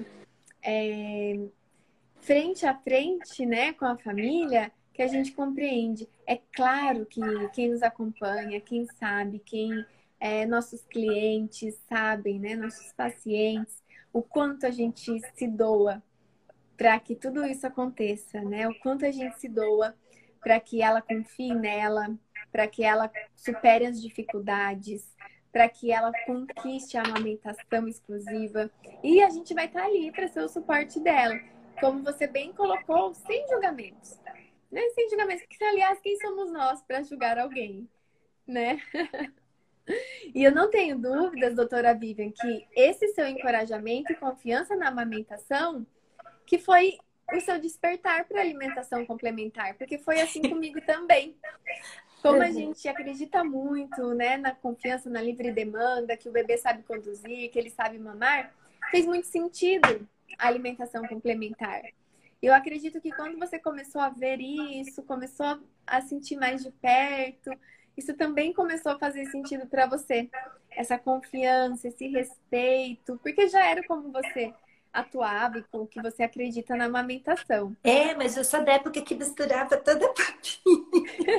Speaker 2: frente a frente, né, com a família, que a gente compreende. É claro que quem nos acompanha, quem sabe, quem nossos clientes sabem, né, nossos pacientes, o quanto a gente se doa para que tudo isso aconteça, né? O quanto a gente se doa para que ela confie nela, para que ela supere as dificuldades, para que ela conquiste a amamentação exclusiva. E a gente vai estar ali para ser o suporte dela. Como você bem colocou, sem julgamentos. Né? Sem julgamentos, porque, aliás, quem somos nós para julgar alguém, né? E eu não tenho dúvidas, doutora Vivian, que esse seu encorajamento e confiança na amamentação que foi o seu despertar para a alimentação complementar, porque foi assim comigo também. Como a gente acredita muito, né, na confiança, na livre demanda, que o bebê sabe conduzir, que ele sabe mamar, fez muito sentido a alimentação complementar. Eu acredito que quando você começou a ver isso, começou a sentir mais de perto, isso também começou a fazer sentido para você. Essa confiança, esse respeito, porque já era como você atuava e com o que você acredita na amamentação.
Speaker 1: mas eu sou da época que misturava toda a papinha,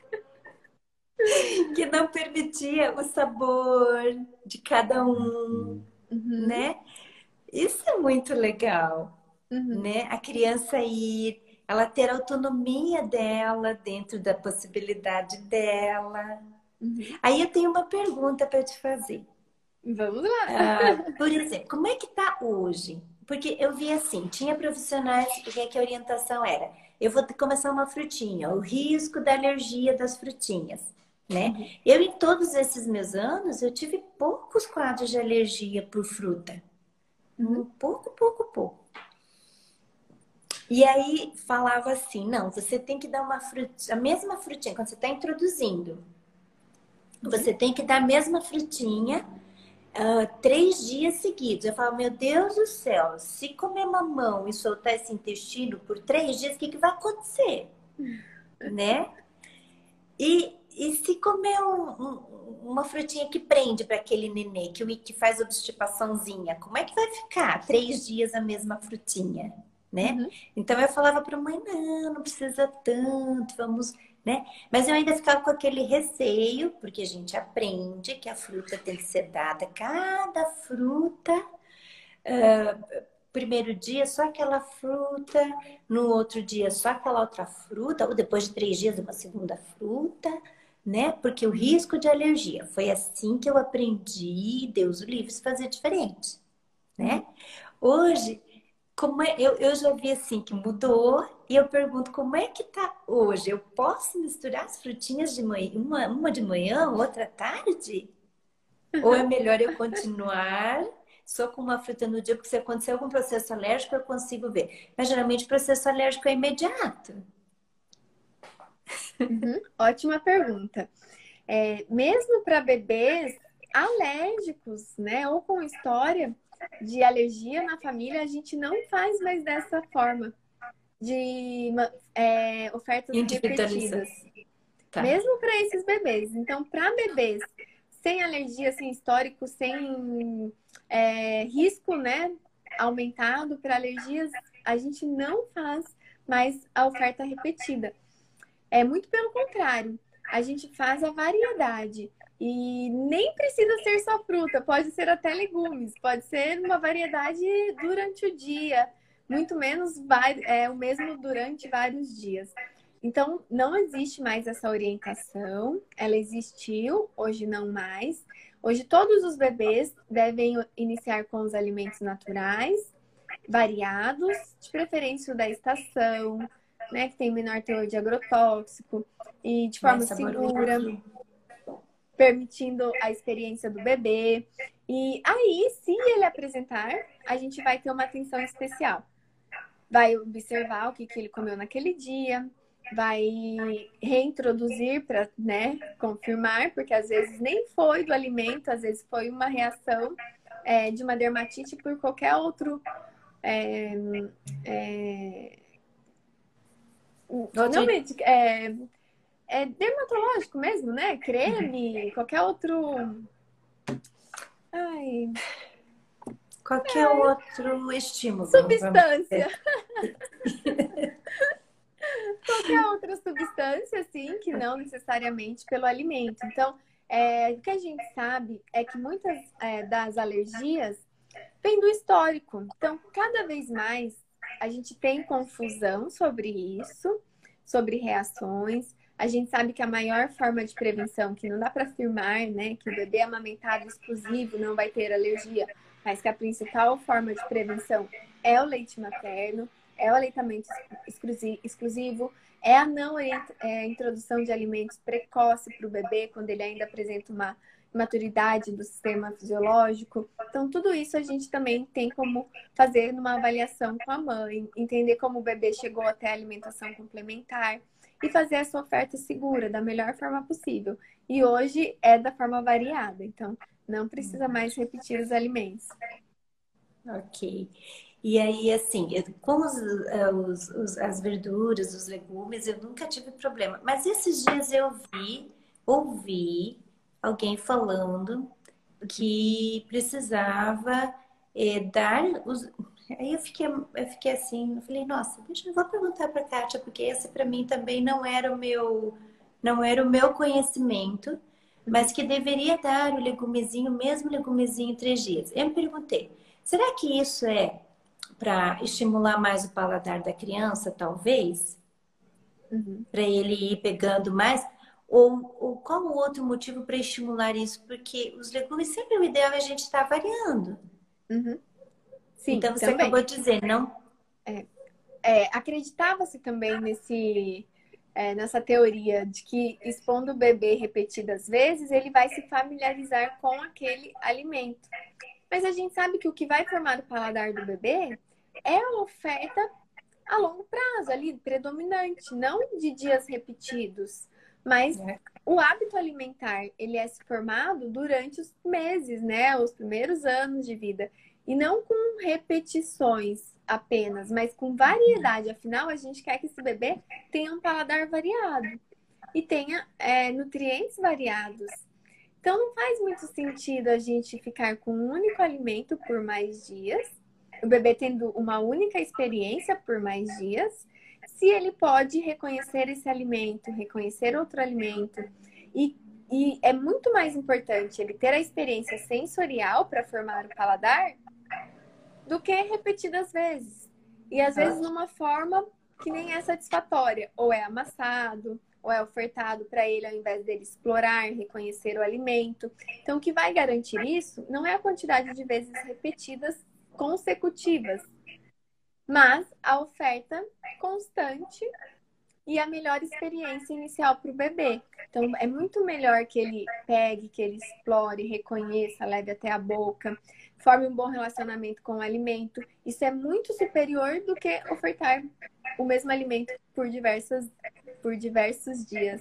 Speaker 1: que não permitia o sabor de cada um,
Speaker 2: Uhum,
Speaker 1: né? Isso é muito legal,
Speaker 2: uhum,
Speaker 1: né? A criança ir, ela ter a autonomia dela dentro da possibilidade dela.
Speaker 2: uhum.
Speaker 1: Aí eu tenho uma pergunta para te fazer.
Speaker 2: Vamos lá.
Speaker 1: Por exemplo, como é que tá hoje? porque eu vi assim, tinha profissionais que a orientação era, eu vou começar uma frutinha, o risco da alergia das frutinhas, né?
Speaker 2: Uhum.
Speaker 1: Eu, em todos esses meus anos, eu tive poucos quadros de alergia por fruta.
Speaker 2: Uhum.
Speaker 1: Pouco. E aí falava assim, não, você tem que dar uma frutinha, a mesma frutinha, quando você está introduzindo,
Speaker 2: Uhum.
Speaker 1: você tem que dar a mesma frutinha 3 dias seguidos. Eu falo, meu Deus do céu, se comer mamão e soltar esse intestino por 3 dias, o que, que vai acontecer? Né? E se comer uma frutinha que prende para aquele nenê, que faz obstipaçãozinha, como é que vai ficar 3 dias a mesma frutinha? Né?
Speaker 2: Uhum.
Speaker 1: Então eu falava para a mãe, não precisa tanto, vamos, né? Mas eu ainda ficava com aquele receio, porque a gente aprende que a fruta tem que ser dada, cada fruta primeiro dia só aquela fruta, no outro dia só aquela outra fruta, ou depois de 3 dias uma segunda fruta, né? Porque o risco de alergia foi assim que eu aprendi, Deus o livre, se fazer diferente,
Speaker 2: Uhum.
Speaker 1: né? Hoje, eu já vi assim que mudou e eu pergunto como é que tá hoje? Eu posso misturar as frutinhas de manhã, uma de manhã, outra à tarde? Ou é melhor eu continuar só com uma fruta no dia, porque se acontecer algum processo alérgico, eu consigo ver. Mas geralmente o processo alérgico é imediato.
Speaker 2: Uhum. Ótima pergunta. Mesmo para bebês alérgicos, né, ou com história de alergia na família, a gente não faz mais dessa forma de ofertas
Speaker 1: Individualiza.
Speaker 2: repetidas,
Speaker 1: Tá.
Speaker 2: mesmo para esses bebês. Então, para bebês sem alergia, sem histórico, sem risco, né, aumentado para alergias, a gente não faz mais a oferta repetida. É muito pelo contrário. A gente faz a variedade. E nem precisa ser só fruta, pode ser até legumes, pode ser uma variedade durante o dia, muito menos o mesmo durante vários dias. Então, não existe mais essa orientação, ela existiu, hoje não mais. Hoje, todos os bebês devem iniciar com os alimentos naturais, variados, de preferência o da estação, né, que tem menor teor de agrotóxico e de
Speaker 1: Mais
Speaker 2: forma segura,
Speaker 1: saboroso.
Speaker 2: permitindo a experiência do bebê. E aí, se ele apresentar, a gente vai ter uma atenção especial. Vai observar o que ele comeu naquele dia, vai reintroduzir para, né, confirmar, porque às vezes nem foi do alimento, às vezes foi uma reação de uma dermatite por qualquer outro não
Speaker 1: Outro...
Speaker 2: é dermatológico mesmo, né? Creme, qualquer outro. Ai,
Speaker 1: Qualquer outro estímulo, vamos
Speaker 2: substância.
Speaker 1: dizer.
Speaker 2: Qualquer outra substância, assim, que não necessariamente pelo alimento. Então, o que a gente sabe é que muitas das alergias vêm do histórico. Então, cada vez mais a gente tem confusão sobre isso, sobre reações. A gente sabe que a maior forma de prevenção, que não dá para afirmar, né, que o bebê amamentado exclusivo não vai ter alergia, mas que a principal forma de prevenção é o leite materno, é o aleitamento exclusivo, é a não introdução de alimentos precoce para o bebê, quando ele ainda apresenta uma maturidade do sistema fisiológico. Então, tudo isso a gente também tem como fazer numa avaliação com a mãe, entender como o bebê chegou até a alimentação complementar e fazer essa oferta segura da melhor forma possível. E hoje é da forma variada, então não precisa mais repetir os alimentos.
Speaker 1: Ok. E aí, assim, com as verduras, os legumes, eu nunca tive problema. Mas esses dias ouvi alguém falando que precisava dar os. Aí eu fiquei assim, eu falei, nossa, eu vou perguntar para a Kátia, porque esse para mim também não era o meu conhecimento,
Speaker 2: Uhum.
Speaker 1: mas que deveria dar o legumezinho, mesmo legumezinho 3 dias. Eu me perguntei, será que isso é para estimular mais o paladar da criança, talvez?
Speaker 2: Uhum.
Speaker 1: Para ele ir pegando mais? Ou qual o outro motivo para estimular isso? Porque os legumes sempre o ideal é a gente estar variando.
Speaker 2: Uhum. Sim,
Speaker 1: Então, você
Speaker 2: também.
Speaker 1: acabou de dizer, não.
Speaker 2: Acreditava-se também nessa teoria de que expondo o bebê repetidas vezes, ele vai se familiarizar com aquele alimento. Mas a gente sabe que o que vai formar o paladar do bebê é a oferta a longo prazo, ali, predominante, não de dias repetidos, mas o hábito alimentar, ele é formado durante os meses, né? Os primeiros anos de vida. E não com repetições apenas, mas com variedade. Afinal, a gente quer que esse bebê tenha um paladar variado e tenha nutrientes variados. Então, não faz muito sentido a gente ficar com um único alimento por mais dias, o bebê tendo uma única experiência por mais dias, se ele pode reconhecer esse alimento, reconhecer outro alimento. E é muito mais importante ele ter a experiência sensorial para formar o paladar do que repetidas vezes. E às vezes numa forma que nem é satisfatória. Ou é amassado, ou é ofertado para ele ao invés dele explorar, reconhecer o alimento. Então, o que vai garantir isso não é a quantidade de vezes repetidas consecutivas, mas a oferta constante e a melhor experiência inicial para o bebê. Então, é muito melhor que ele pegue, que ele explore, reconheça, leve até a boca, forme um bom relacionamento com o alimento. Isso é muito superior do que ofertar o mesmo alimento por diversos dias.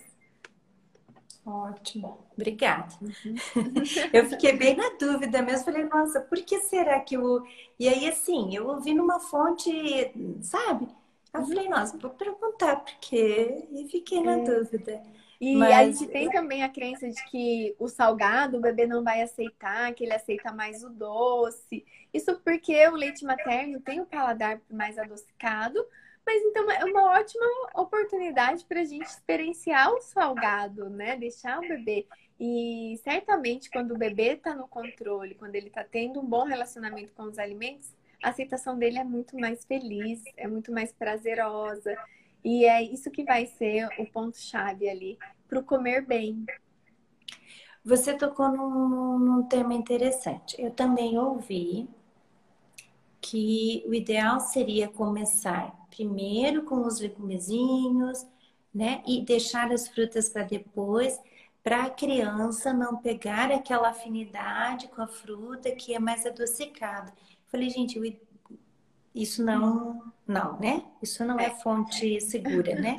Speaker 1: Ótimo, obrigada. Eu fiquei bem na dúvida mesmo, falei, nossa, por que será que o... E aí, assim, eu ouvi numa fonte, sabe? Eu falei, nossa, vou perguntar por quê, e fiquei na dúvida.
Speaker 2: E a
Speaker 1: Mas,
Speaker 2: gente tem também a crença de que o salgado o bebê não vai aceitar, que ele aceita mais o doce. Isso porque o leite materno tem o paladar mais adocicado, mas então é uma ótima oportunidade para a gente experienciar o salgado, né? Deixar o bebê. E certamente quando o bebê está no controle, quando ele está tendo um bom relacionamento com os alimentos, a aceitação dele é muito mais feliz, é muito mais prazerosa. E é isso que vai ser o ponto-chave ali para o comer bem.
Speaker 1: você tocou num tema interessante. Eu também ouvi que o ideal seria começar primeiro com os legumezinhos, né? E deixar as frutas para depois, para a criança não pegar aquela afinidade com a fruta que é mais adocicada. Falei, gente, isso não, né? Isso não é fonte segura, né?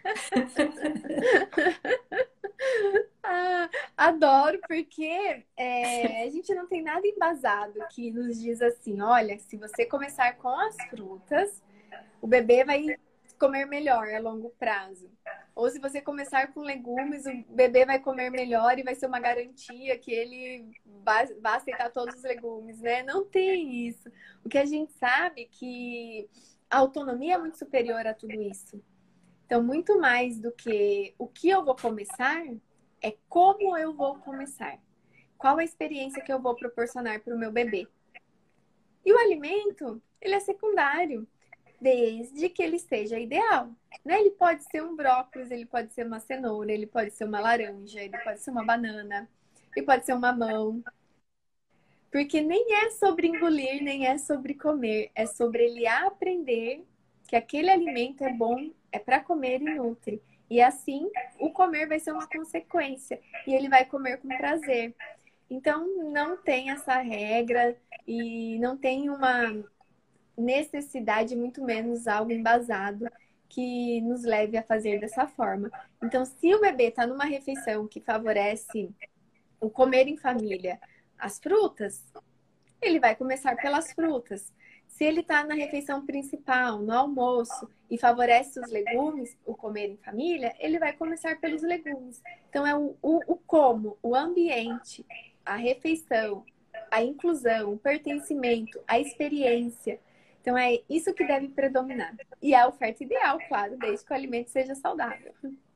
Speaker 2: Ah, adoro, porque a gente não tem nada embasado que nos diz assim: olha, se você começar com as frutas, o bebê vai comer melhor a longo prazo. Ou se você começar com legumes, o bebê vai comer melhor e vai ser uma garantia que ele vai aceitar todos os legumes, né? Não tem isso. O que a gente sabe é que a autonomia é muito superior a tudo isso. Então, muito mais do que o que eu vou começar, é como eu vou começar. Qual a experiência que eu vou proporcionar para o meu bebê. E o alimento, ele é secundário, desde que ele seja ideal. Né? Ele pode ser um brócolis, ele pode ser uma cenoura, ele pode ser uma laranja, ele pode ser uma banana, ele pode ser um mamão. Porque nem é sobre engolir, nem é sobre comer, é sobre ele aprender que aquele alimento é bom, é para comer e nutre. E assim, o comer vai ser uma consequência e ele vai comer com prazer. Então, não tem essa regra e não tem uma necessidade, muito menos algo embasado que nos leve a fazer dessa forma. Então, se o bebê está numa refeição que favorece o comer em família, as frutas, ele vai começar pelas frutas. Se ele está na refeição principal, no almoço, e favorece os legumes, o comer em família, ele vai começar pelos legumes. Então, é o como, o ambiente, a refeição, a inclusão, o pertencimento, a experiência. Então, é isso que deve predominar. E a oferta ideal, claro, desde que o alimento seja saudável.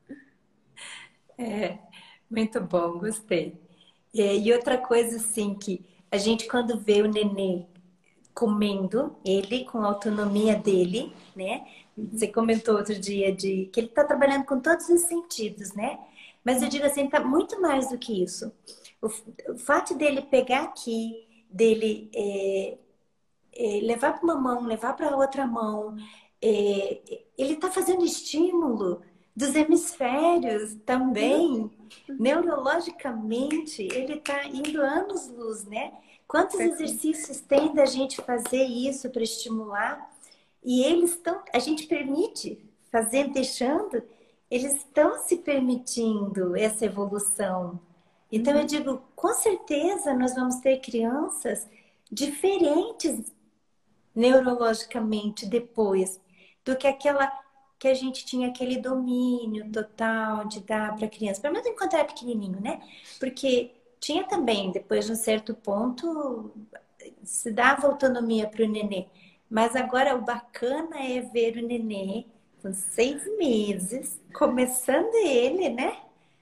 Speaker 1: É, muito bom, gostei. E outra coisa, assim, que a gente, quando vê o nenê comendo, ele com a autonomia dele, né? Você comentou outro dia de que ele está trabalhando com todos os sentidos, né? Mas eu digo assim, tá muito mais do que isso. O fato dele pegar aqui, dele levar para uma mão, levar para outra mão. Ele está fazendo estímulo dos hemisférios também. Neurologicamente, ele está indo anos-luz, né? Quantos exercícios tem da gente fazer isso para estimular? E eles estão, a gente permite fazer, deixando, eles estão se permitindo essa evolução. Então, eu digo, com certeza nós vamos ter crianças diferentes neurologicamente depois do que aquela que a gente tinha aquele domínio total de dar para a criança, pelo menos enquanto era pequenininho, né? Porque tinha também, depois de um certo ponto, se dava autonomia para o nenê. Mas agora o bacana é ver o nenê com 6 meses, começando ele, né?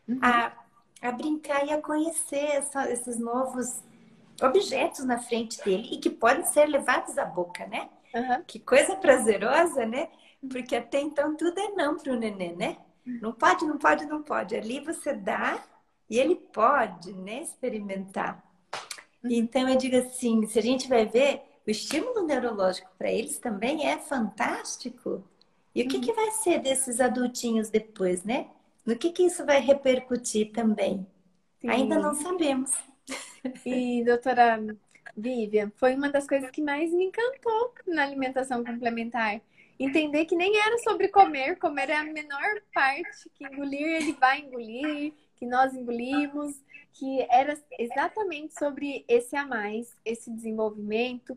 Speaker 1: A brincar e a conhecer esses novos objetos na frente dele e que podem ser levados à boca, né? Que coisa prazerosa, né? Porque até então tudo é não para o nenê, né? Não pode, não pode, não pode. Ali você dá e ele pode, né? Experimentar. Então eu digo assim, se a gente vai ver, o estímulo neurológico para eles também é fantástico. E o que vai ser desses adultinhos depois, né? No que isso vai repercutir também?
Speaker 2: Sim.
Speaker 1: Ainda não sabemos.
Speaker 2: E, doutora Vivian, foi uma das coisas que mais me encantou na alimentação complementar. Entender que nem era sobre comer, comer é a menor parte, que engolir ele vai engolir, que nós engolimos, que era exatamente sobre esse a mais, esse desenvolvimento,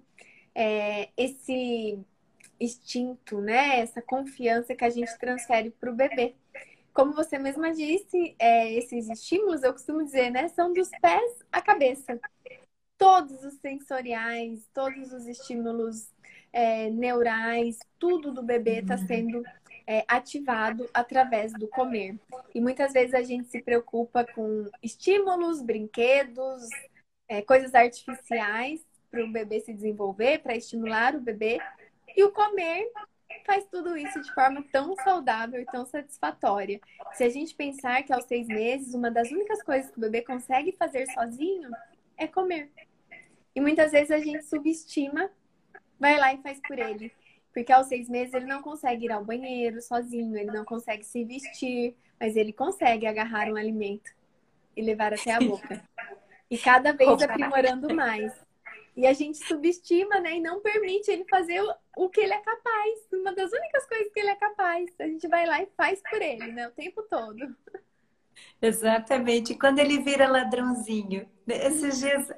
Speaker 2: esse instinto, né? Essa confiança que a gente transfere para o bebê. Como você mesma disse, esses estímulos, eu costumo dizer, né? São dos pés à cabeça. Todos os sensoriais, todos os estímulos neurais, tudo do bebê está sendo ativado através do comer. E muitas vezes a gente se preocupa com estímulos, brinquedos, coisas artificiais para o bebê se desenvolver, para estimular o bebê. E o comer faz tudo isso de forma tão saudável e tão satisfatória. Se a gente pensar que aos 6 meses, uma das únicas coisas que o bebê consegue fazer sozinho é comer. E muitas vezes a gente subestima, vai lá e faz por ele. Porque aos 6 meses ele não consegue ir ao banheiro sozinho, ele não consegue se vestir, mas ele consegue agarrar um alimento e levar até a boca. E cada vez aprimorando mais. E a gente subestima, né? E não permite ele fazer o que ele é capaz. Uma das únicas coisas que ele é capaz. A gente vai lá e faz por ele, né? O tempo todo.
Speaker 1: Exatamente. E quando ele vira ladrãozinho. Esses dias,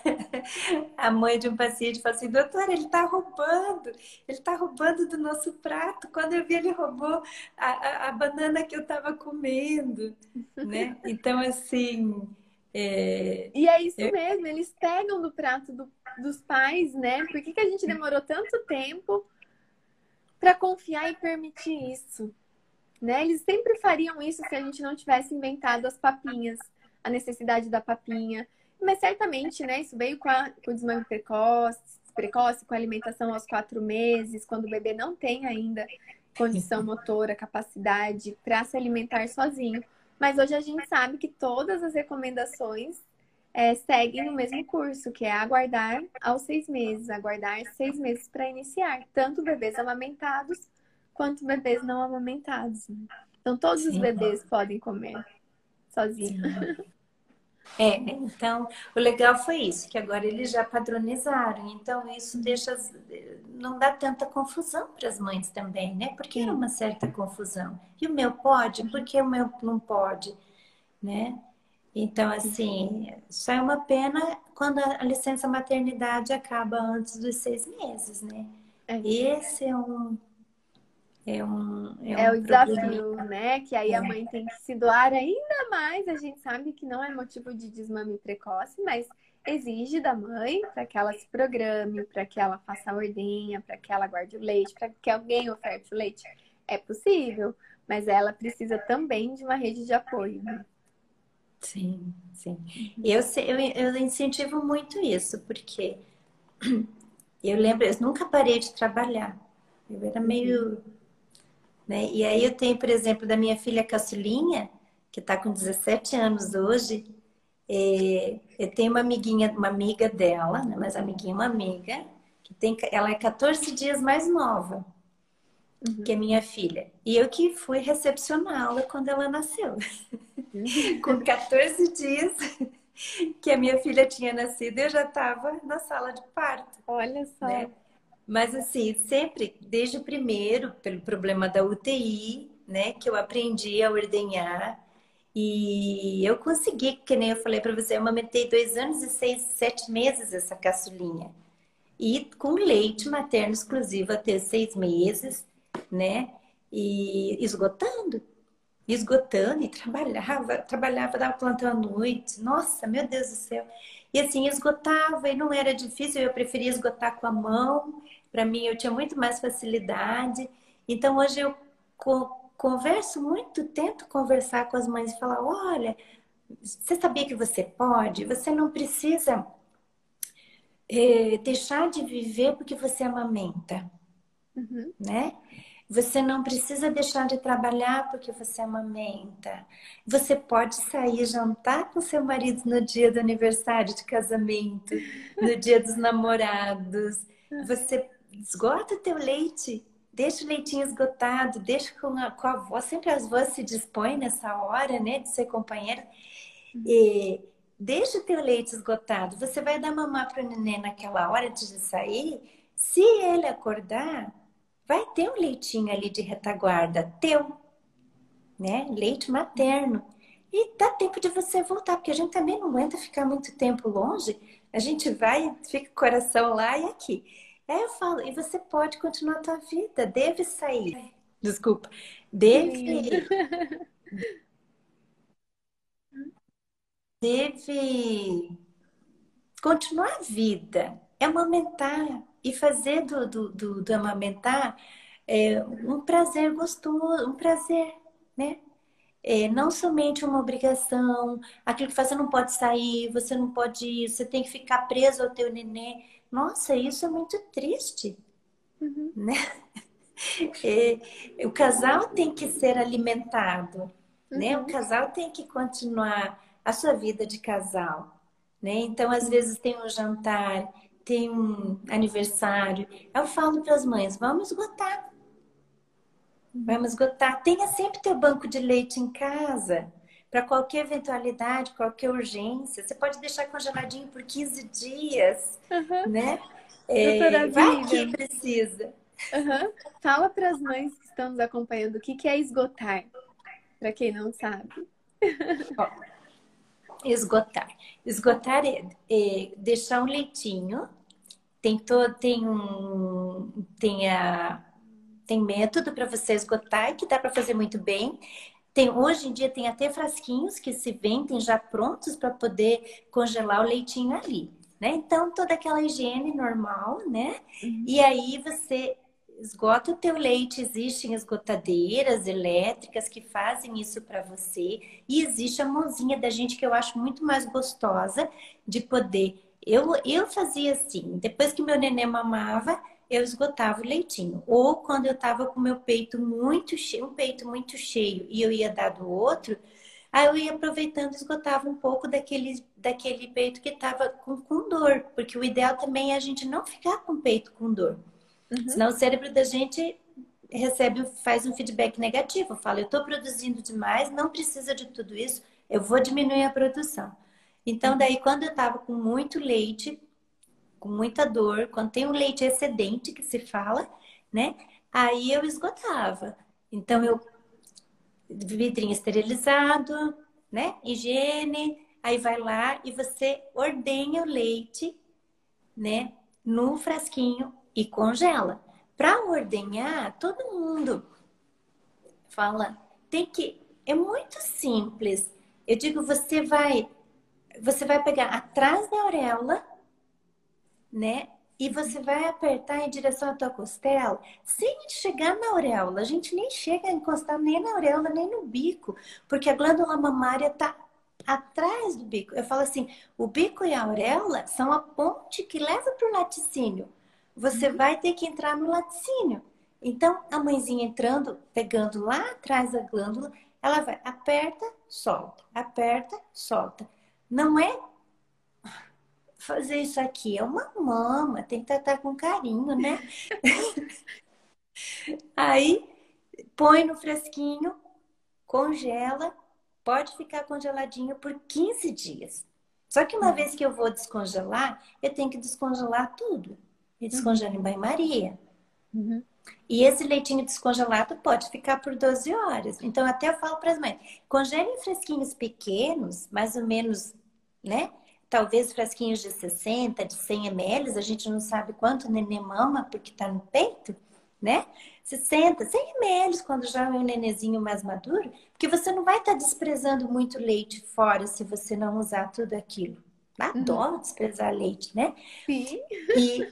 Speaker 1: a mãe de um paciente falou assim, doutora, ele está roubando do nosso prato. Quando eu vi, ele roubou a banana que eu estava comendo, né? Então, assim...
Speaker 2: E é isso mesmo, eles pegam do prato dos pais, né? Por que a gente demorou tanto tempo para confiar e permitir isso? Né? Eles sempre fariam isso se a gente não tivesse inventado as papinhas, a necessidade da papinha. Mas certamente, né, isso veio com o desmame precoce, com a alimentação aos 4 meses, quando o bebê não tem ainda condição motora, capacidade para se alimentar sozinho. Mas hoje a gente sabe que todas as recomendações seguem o mesmo curso, que é aguardar aos 6 meses, aguardar 6 meses para iniciar, tanto bebês amamentados quanto bebês não amamentados. Então, todos os bebês podem comer sozinhos.
Speaker 1: Então, o legal foi isso, que agora eles já padronizaram. Então, isso não dá tanta confusão para as mães também, né? Porque era uma certa confusão. E o meu pode? Por que o meu não pode? Né? Então, assim, só é uma pena quando a licença maternidade acaba antes dos 6 meses, né? Esse é
Speaker 2: o desafio, né? Que aí a mãe tem que se doar ainda mais. A gente sabe que não é motivo de desmame precoce, mas exige da mãe para que ela se programe, para que ela faça a ordenha, para que ela guarde o leite, para que alguém oferte o leite. É possível, mas ela precisa também de uma rede de apoio. Né?
Speaker 1: Sim, sim. Eu incentivo muito isso, porque eu lembro, eu nunca parei de trabalhar. Eu era meio... Né? E aí eu tenho, por exemplo, da minha filha caçulinha, que está com 17 anos hoje, eu tenho uma amiga dela, né? Mas amiguinha, uma amiga, ela é 14 dias mais nova que a minha filha. E eu que fui recepcioná-la quando ela nasceu. Com 14 dias que a minha filha tinha nascido, eu já estava na sala de parto,
Speaker 2: Olha
Speaker 1: né?
Speaker 2: só.
Speaker 1: Mas assim, sempre, desde o primeiro, pelo problema da UTI, né, que eu aprendi a ordenhar. E eu consegui, que nem eu falei para você, eu amamentei 2 anos e 7 meses essa caçulinha. E com leite materno exclusivo até 6 meses, né? E esgotando e trabalhava, dava plantão à noite. Nossa, meu Deus do céu. E assim, esgotava e não era difícil, eu preferia esgotar com a mão. Para mim, eu tinha muito mais facilidade. Então, hoje eu converso muito, tento conversar com as mães e falar: olha, você sabia que você pode? Você não precisa deixar de viver porque você amamenta,
Speaker 2: Uhum.
Speaker 1: né? Você não precisa deixar de trabalhar porque você amamenta. Você pode sair jantar com seu marido no dia do aniversário de casamento, no dia dos namorados. Você esgota o teu leite, deixa o leitinho esgotado, deixa com a avó. Sempre as avós se dispõem nessa hora, né, de ser companheira. E deixa o teu leite esgotado. Você vai dar mamar para o neném naquela hora antes de sair. Se ele acordar, vai ter um leitinho ali de retaguarda teu, né? Leite materno. E dá tempo de você voltar, porque a gente também não aguenta ficar muito tempo longe. A gente vai, fica o coração lá e aqui. Aí eu falo, e você pode continuar a tua vida, deve sair. Desculpa.
Speaker 2: Que lindo.
Speaker 1: Deve continuar a vida. É amamentar. E fazer do amamentar um prazer gostoso, um prazer, né? Não somente uma obrigação, aquilo que você não pode sair, você não pode ir, você tem que ficar preso ao teu neném. Nossa, isso é muito triste,
Speaker 2: Uhum.
Speaker 1: né? O casal tem que ser alimentado, né? O
Speaker 2: Uhum.
Speaker 1: casal tem que continuar a sua vida de casal, né? Então, às vezes tem um jantar, tem um aniversário. Eu falo para as mães, vamos esgotar.
Speaker 2: Uhum.
Speaker 1: Vamos esgotar. Tenha sempre teu banco de leite em casa. Para qualquer eventualidade, qualquer urgência. Você pode deixar congeladinho por 15 dias,
Speaker 2: Uhum.
Speaker 1: né?
Speaker 2: Doutora
Speaker 1: Vai que
Speaker 2: Vivian,
Speaker 1: precisa.
Speaker 2: uhum. Fala para as mães que estão nos acompanhando o que é esgotar, para quem não sabe.
Speaker 1: Ó, esgotar. Esgotar é deixar um leitinho. Tem método para você esgotar e que dá para fazer muito bem. Hoje em dia tem até frasquinhos que se vendem já prontos para poder congelar o leitinho ali, né? Então, toda aquela higiene normal, né?
Speaker 2: Uhum.
Speaker 1: E aí você esgota o teu leite. Existem esgotadeiras elétricas que fazem isso para você. E existe a mãozinha da gente que eu acho muito mais gostosa de poder. Eu fazia assim, depois que meu neném mamava, eu esgotava o leitinho. Ou quando eu estava com meu peito muito cheio, um peito muito cheio, e eu ia dar do outro, aí eu ia aproveitando e esgotava um pouco daquele peito que estava com dor. Porque o ideal também é a gente não ficar com o peito com dor.
Speaker 2: Uhum.
Speaker 1: Senão o cérebro da gente faz um feedback negativo. Fala, eu estou produzindo demais, não precisa de tudo isso, eu vou diminuir a produção. Então,
Speaker 2: Uhum.
Speaker 1: daí, quando eu estava com muito leite, com muita dor, quando tem um leite excedente, que se fala, né? Aí eu esgotava. Então, vidrinho esterilizado, né? Higiene, aí vai lá e você ordenha o leite, né? No frasquinho e congela. Para ordenhar, todo mundo fala, é muito simples. Eu digo, você vai pegar atrás da auréola, né? E você vai apertar em direção à tua costela, sem chegar na auréola. A gente nem chega a encostar nem na auréola, nem no bico, porque a glândula mamária tá atrás do bico. Eu falo assim, o bico e a auréola são a ponte que leva para o laticínio. Você
Speaker 2: Uhum.
Speaker 1: vai ter que entrar no laticínio. Então, a mãezinha entrando, pegando lá atrás da glândula, ela vai, aperta, solta, aperta, solta. Não é fazer isso aqui? É uma mama, tem que tratar com carinho, né? Aí põe no fresquinho, congela, pode ficar congeladinho por 15 dias. Só que uma vez que eu vou descongelar, eu tenho que descongelar tudo. E descongelo em banho-maria.
Speaker 2: Uhum.
Speaker 1: E esse leitinho descongelado pode ficar por 12 horas. Então, até eu falo para as mães, congele em fresquinhos pequenos, mais ou menos, né? Talvez frasquinhos de 60, de 100 ml, a gente não sabe quanto o neném mama, porque está no peito, né? 60, 100 ml, quando já é um nenenzinho mais maduro, porque você não vai estar desprezando muito leite fora se você não usar tudo aquilo. Dá dó desprezar leite, né?
Speaker 2: Sim.
Speaker 1: E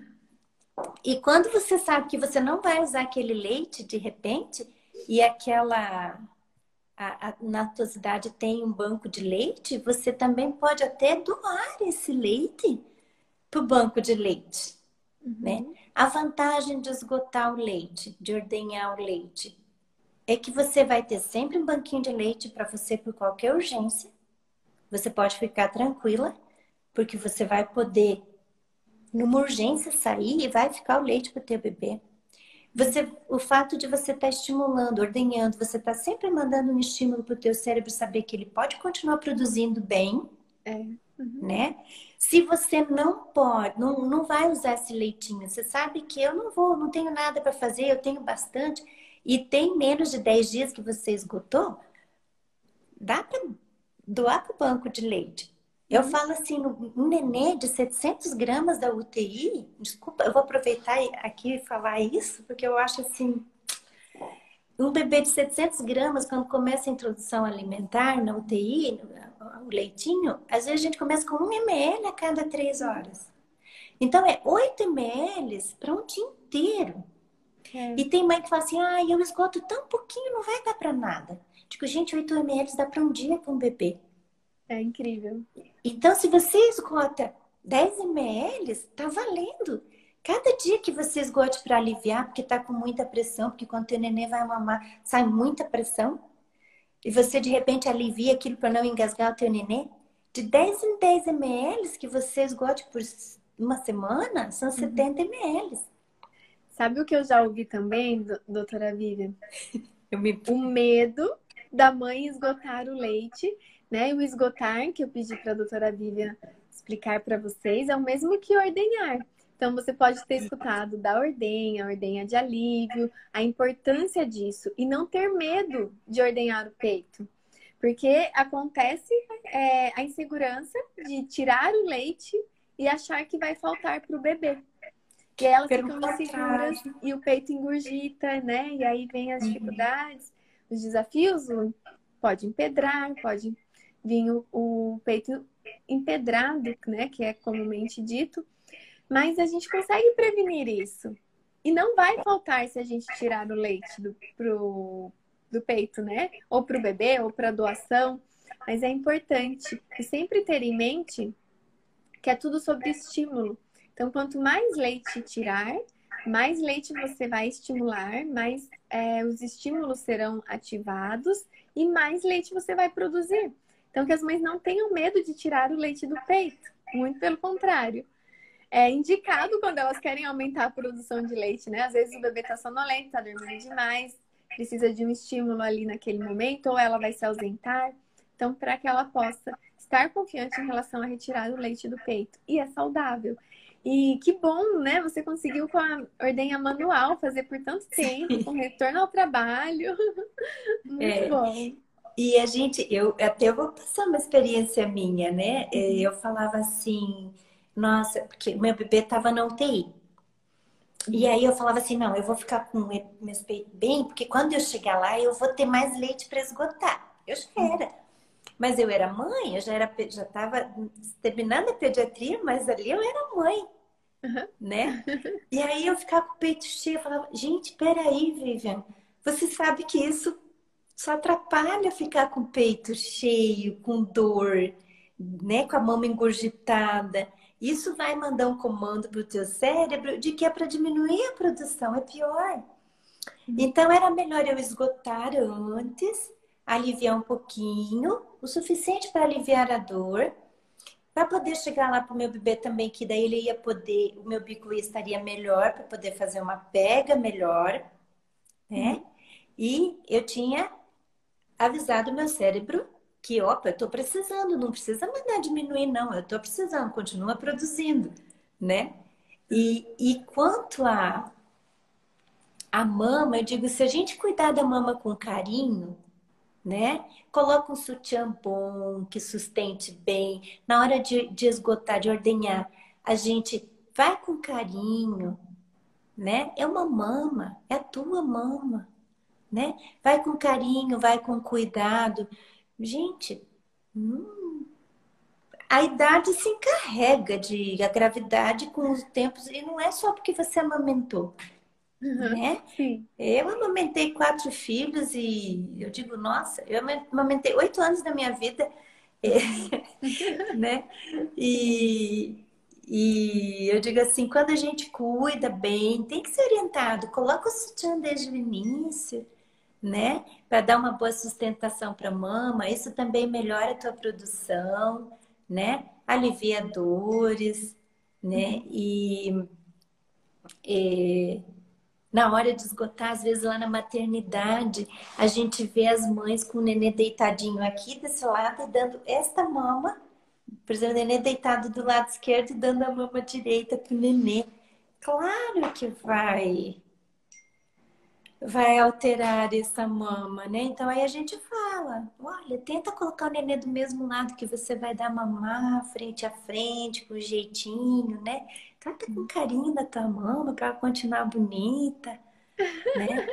Speaker 1: e quando você sabe que você não vai usar aquele leite de repente e aquela a natosidade tem um banco de leite, você também pode até doar esse leite para o banco de leite, né? A vantagem de esgotar o leite, de ordenhar o leite, é que você vai ter sempre um banquinho de leite para você por qualquer urgência. Você pode ficar tranquila, porque você vai poder, numa urgência, sair e vai ficar o leite para o teu bebê. O fato de você estar estimulando, ordenhando, você está sempre mandando um estímulo para o teu cérebro saber que ele pode continuar produzindo bem, né? Se você não pode, não vai usar esse leitinho, você sabe que eu não tenho nada para fazer, eu tenho bastante, e tem menos de 10 dias que você esgotou, dá para doar para o banco de leite. Eu falo assim, um nenê de 700 gramas da UTI, desculpa, eu vou aproveitar aqui e falar isso, porque eu acho assim, um bebê de 700 gramas, quando começa a introdução alimentar na UTI, o leitinho, às vezes a gente começa com 1 ml a cada 3 horas. Então, é 8 ml para um dia inteiro. E tem mãe que fala assim, eu esgoto tão pouquinho, não vai dar para nada. Digo, gente, 8 ml dá para um dia para um bebê.
Speaker 2: É incrível.
Speaker 1: Então, se você esgota 10 ml, tá valendo. Cada dia que você esgote para aliviar, porque tá com muita pressão, porque quando teu neném vai mamar, sai muita pressão, e você de repente alivia aquilo para não engasgar o teu neném, de 10 em 10 ml que você esgote por uma semana, são 70 ml.
Speaker 2: Sabe o que eu já ouvi também, doutora Vivian?
Speaker 1: Eu me...
Speaker 2: O medo da mãe esgotar o leite, né? E o esgotar, que eu pedi para a doutora Vivian explicar para vocês, é o mesmo que ordenhar. Então, você pode ter escutado da ordenha de alívio, a importância disso e não ter medo de ordenhar o peito. Porque acontece a insegurança de tirar o leite e achar que vai faltar para o bebê. E aí elas ficam inseguras e o peito engurgita, né? E aí vem as dificuldades, os desafios, pode empedrar, pode vir o peito empedrado, né? Que é comumente dito. Mas a gente consegue prevenir isso. E não vai faltar se a gente tirar o leite do peito, né? Ou para o bebê, ou para doação. Mas é importante e sempre ter em mente que é tudo sobre estímulo. Então, quanto mais leite tirar, mais leite você vai estimular, mais os estímulos serão ativados e mais leite você vai produzir. Então, que as mães não tenham medo de tirar o leite do peito. Muito pelo contrário. É indicado quando elas querem aumentar a produção de leite, né? Às vezes o bebê tá sonolento, tá dormindo demais, precisa de um estímulo ali naquele momento, ou ela vai se ausentar. Então, para que ela possa estar confiante em relação a retirar o leite do peito. E é saudável. E que bom, né? Você conseguiu com a ordenha manual fazer por tanto tempo, com retorno ao trabalho. Muito bom.
Speaker 1: E eu vou passar uma experiência minha, né? Eu falava assim, nossa, porque meu bebê estava na UTI. E aí eu falava assim, não, eu vou ficar com meus peitos bem, porque quando eu chegar lá eu vou ter mais leite para esgotar. Eu já era. Mas eu era mãe, já estava terminando a pediatria, mas ali eu era mãe, né? E aí eu ficava com o peito cheio, eu falava, gente, peraí, Vivian, você sabe que isso só atrapalha ficar com o peito cheio, com dor, né? Com a mama engurgitada. Isso vai mandar um comando para o teu cérebro de que é para diminuir a produção, é pior. Então era melhor eu esgotar antes, aliviar um pouquinho, o suficiente para aliviar a dor, para poder chegar lá para o meu bebê também, que daí ele ia poder, o meu bico estaria melhor para poder fazer uma pega melhor, né?
Speaker 2: Uhum.
Speaker 1: E eu tinha avisado o meu cérebro que, opa, eu tô precisando, não precisa mandar diminuir, não, eu tô precisando, continua produzindo, né? E quanto a mama, eu digo, se a gente cuidar da mama com carinho, né? Coloca um sutiã bom, que sustente bem. Na hora de esgotar, de ordenhar, a gente vai com carinho, né? É uma mama, é a tua mama, né? Vai com carinho, vai com cuidado. Gente, a idade se encarrega de a gravidade com os tempos, e não é só porque você amamentou,
Speaker 2: Uhum.
Speaker 1: né?
Speaker 2: Sim.
Speaker 1: Eu amamentei 4 filhos e eu digo, nossa, eu amamentei 8 anos da minha vida, né? E, e eu digo assim, quando a gente cuida bem, tem que ser orientado, coloca o sutiã desde o início, né? Para dar uma boa sustentação para a mama, isso também melhora a tua produção, né? Alivia dores, né?
Speaker 2: Uhum.
Speaker 1: E na hora de esgotar, às vezes lá na maternidade, a gente vê as mães com o nenê deitadinho aqui desse lado e dando esta mama, por exemplo, o nenê deitado do lado esquerdo e dando a mama direita pro nenê. Claro que vai alterar essa mama, né? Então aí a gente fala, olha, tenta colocar o nenê do mesmo lado que você vai dar mamar, frente a frente, com jeitinho, né? Trata com carinho da tua mama para ela continuar bonita, né?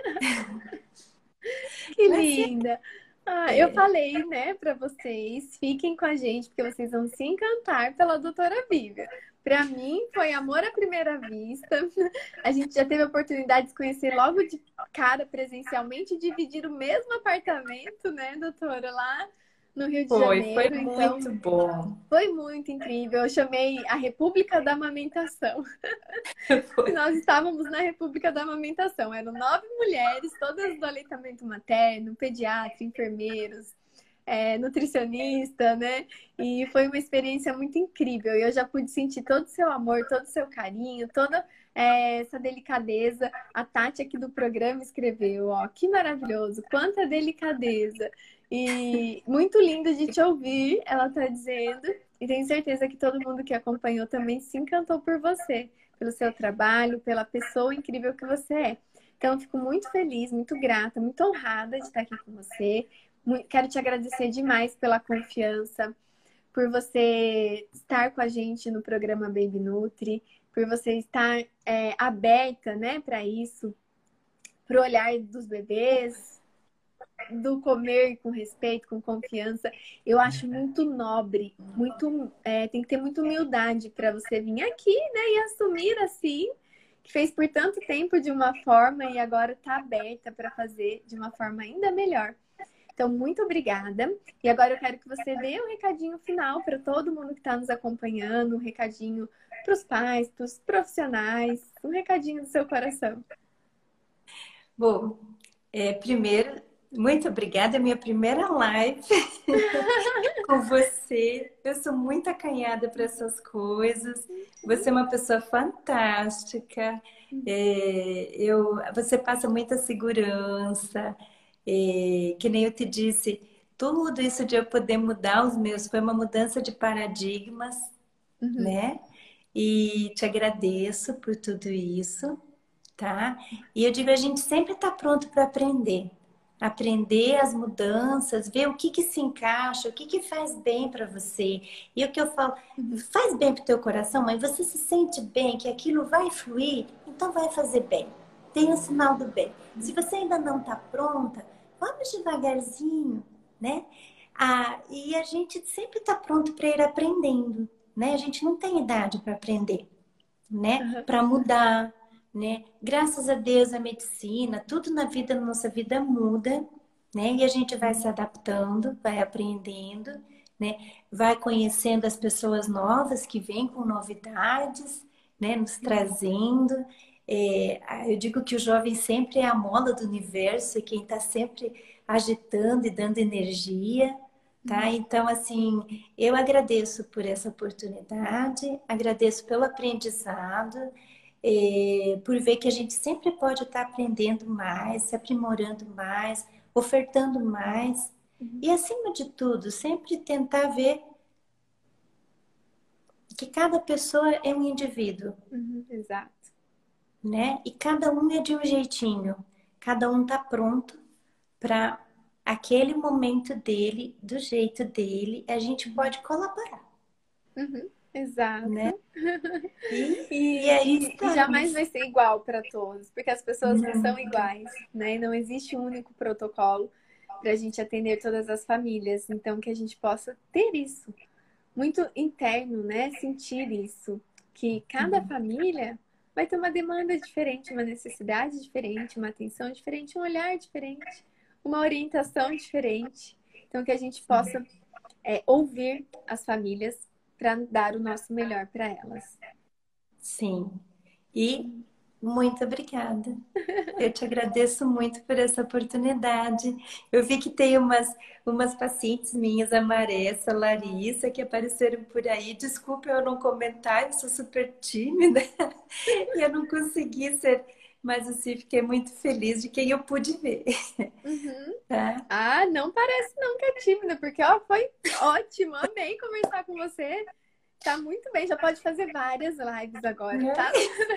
Speaker 2: Que
Speaker 1: Mas
Speaker 2: linda! Ah, eu
Speaker 1: é,
Speaker 2: falei, né, para vocês, fiquem com a gente, porque vocês vão se encantar pela doutora Bívia. Para mim, foi amor à primeira vista. A gente já teve a oportunidade de se conhecer logo de cara presencialmente e dividir o mesmo apartamento, né, doutora, lá no Rio de
Speaker 1: foi
Speaker 2: Janeiro. Então,
Speaker 1: muito bom.
Speaker 2: foi muito incrível. Eu chamei a República da Amamentação. E
Speaker 1: Foi.
Speaker 2: nós estávamos na República da Amamentação. Eram 9 mulheres, todas do aleitamento materno, pediatra, enfermeiros, nutricionista, né? E foi uma experiência muito incrível. Eu já pude sentir todo o seu amor, todo o seu carinho, toda essa delicadeza. A Tati aqui do programa escreveu, ó, que maravilhoso, quanta delicadeza. E muito lindo de te ouvir, ela está dizendo. E tenho certeza que todo mundo que acompanhou também se encantou por você, pelo seu trabalho, pela pessoa incrível que você é. Então, eu fico muito feliz, muito grata, muito honrada de estar aqui com você. Quero te agradecer demais pela confiança, por você estar com a gente no programa Baby Nutri, por você estar aberta, né, para isso, para o olhar dos bebês, do comer com respeito, com confiança. Eu acho muito nobre, muito, tem que ter muita humildade para você vir aqui, né, e assumir assim, que fez por tanto tempo de uma forma e agora está aberta para fazer de uma forma ainda melhor. Então, muito obrigada. E agora eu quero que você dê um recadinho final para todo mundo que está nos acompanhando, um recadinho para os pais, para os profissionais, um recadinho do seu coração.
Speaker 1: Bom, primeiro, muito obrigada. É minha primeira live com você. Eu sou muito acanhada para essas coisas. Você é uma pessoa fantástica. Você passa muita segurança. Que nem eu te disse, tudo isso de eu poder mudar os meus foi uma mudança de paradigmas,
Speaker 2: Uhum.
Speaker 1: né? E te agradeço por tudo isso, tá? E eu digo, a gente sempre está pronto para aprender. Aprender as mudanças, ver o que se encaixa, o que faz bem para você. E o que eu falo, faz bem para o teu coração, mas você se sente bem, que aquilo vai fluir, então vai fazer bem. Tem o sinal do bem. Se você ainda não está pronta, vamos devagarzinho, né? E a gente sempre está pronto para ir aprendendo, né? A gente não tem idade para aprender, né?
Speaker 2: Uhum.
Speaker 1: Para mudar, né? Graças a Deus, a medicina, tudo na vida, na nossa vida muda, né? E a gente vai se adaptando, vai aprendendo, né? Vai conhecendo as pessoas novas que vêm com novidades, né? Nos trazendo. Eu digo que o jovem sempre é a mola do universo e quem está sempre agitando e dando energia, tá? Então, assim, eu agradeço por essa oportunidade, agradeço pelo aprendizado, por ver que a gente sempre pode estar aprendendo mais, se aprimorando mais, ofertando mais,
Speaker 2: Uhum,
Speaker 1: e acima de tudo, sempre tentar ver que cada pessoa é um indivíduo,
Speaker 2: exato.
Speaker 1: né? E cada um é de um jeitinho, cada um tá pronto para aquele momento dele, do jeito dele, a gente pode colaborar,
Speaker 2: Uhum,
Speaker 1: né?
Speaker 2: exato.
Speaker 1: E aí
Speaker 2: E jamais
Speaker 1: estamos.
Speaker 2: vai ser igual para todos, porque as pessoas não são
Speaker 1: Nunca.
Speaker 2: iguais, né? E não existe um único protocolo para a gente atender todas as famílias. Então, que a gente possa ter isso muito interno, né? Sentir isso, que cada família vai ter uma demanda diferente, uma necessidade diferente, uma atenção diferente, um olhar diferente, uma orientação diferente. Então, que a gente possa ouvir as famílias para dar o nosso melhor para elas.
Speaker 1: Sim. E muito obrigada. Eu te agradeço muito por essa oportunidade. Eu vi que tem umas pacientes minhas, a Maressa, a Larissa, que apareceram por aí. Desculpa eu não comentar, eu sou super tímida e eu não consegui ser, mas assim, fiquei muito feliz de quem eu pude ver,
Speaker 2: Uhum.
Speaker 1: tá?
Speaker 2: Ah, não parece não que é tímida, porque ó, foi ótimo, amei conversar com você. Tá muito bem, já pode fazer várias lives agora, tá?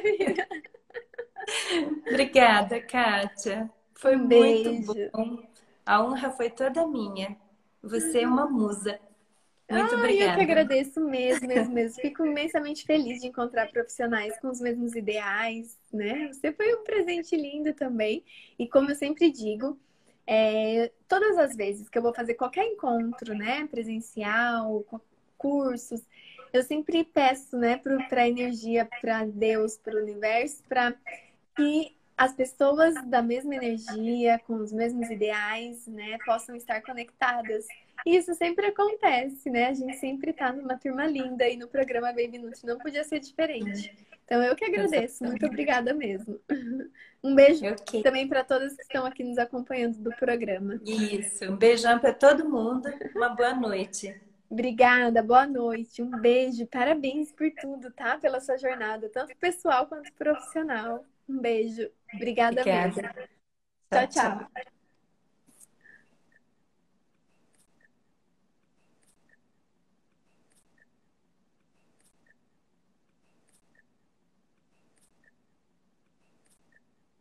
Speaker 1: Obrigada, Kátia. Foi
Speaker 2: Um
Speaker 1: muito
Speaker 2: beijo.
Speaker 1: bom. A honra foi toda minha. Você é uma musa. Muito
Speaker 2: Ah, eu que
Speaker 1: obrigada.
Speaker 2: agradeço mesmo, mesmo, mesmo. Fico imensamente feliz de encontrar profissionais com os mesmos ideais, né? Você foi um presente lindo também. E como eu sempre digo, todas as vezes que eu vou fazer qualquer encontro, né, presencial, cursos, eu sempre peço, né, para a energia, para Deus, para o universo, para que as pessoas da mesma energia, com os mesmos ideais, né, possam estar conectadas. E isso sempre acontece, né? A gente sempre está numa turma linda e no programa Baby Nut não podia ser diferente. Então eu que agradeço, muito
Speaker 1: Exatamente.
Speaker 2: obrigada mesmo. Um beijo
Speaker 1: Ok.
Speaker 2: também para todas que estão aqui nos acompanhando do programa.
Speaker 1: Isso. Um beijão para todo mundo. Uma boa noite.
Speaker 2: Obrigada, boa noite, um beijo, parabéns por tudo, tá? Pela sua jornada, tanto pessoal quanto profissional. Um beijo, obrigada mesmo.
Speaker 1: Obrigada.
Speaker 2: Tchau,
Speaker 1: Tchau,
Speaker 2: tchau.
Speaker 1: tchau.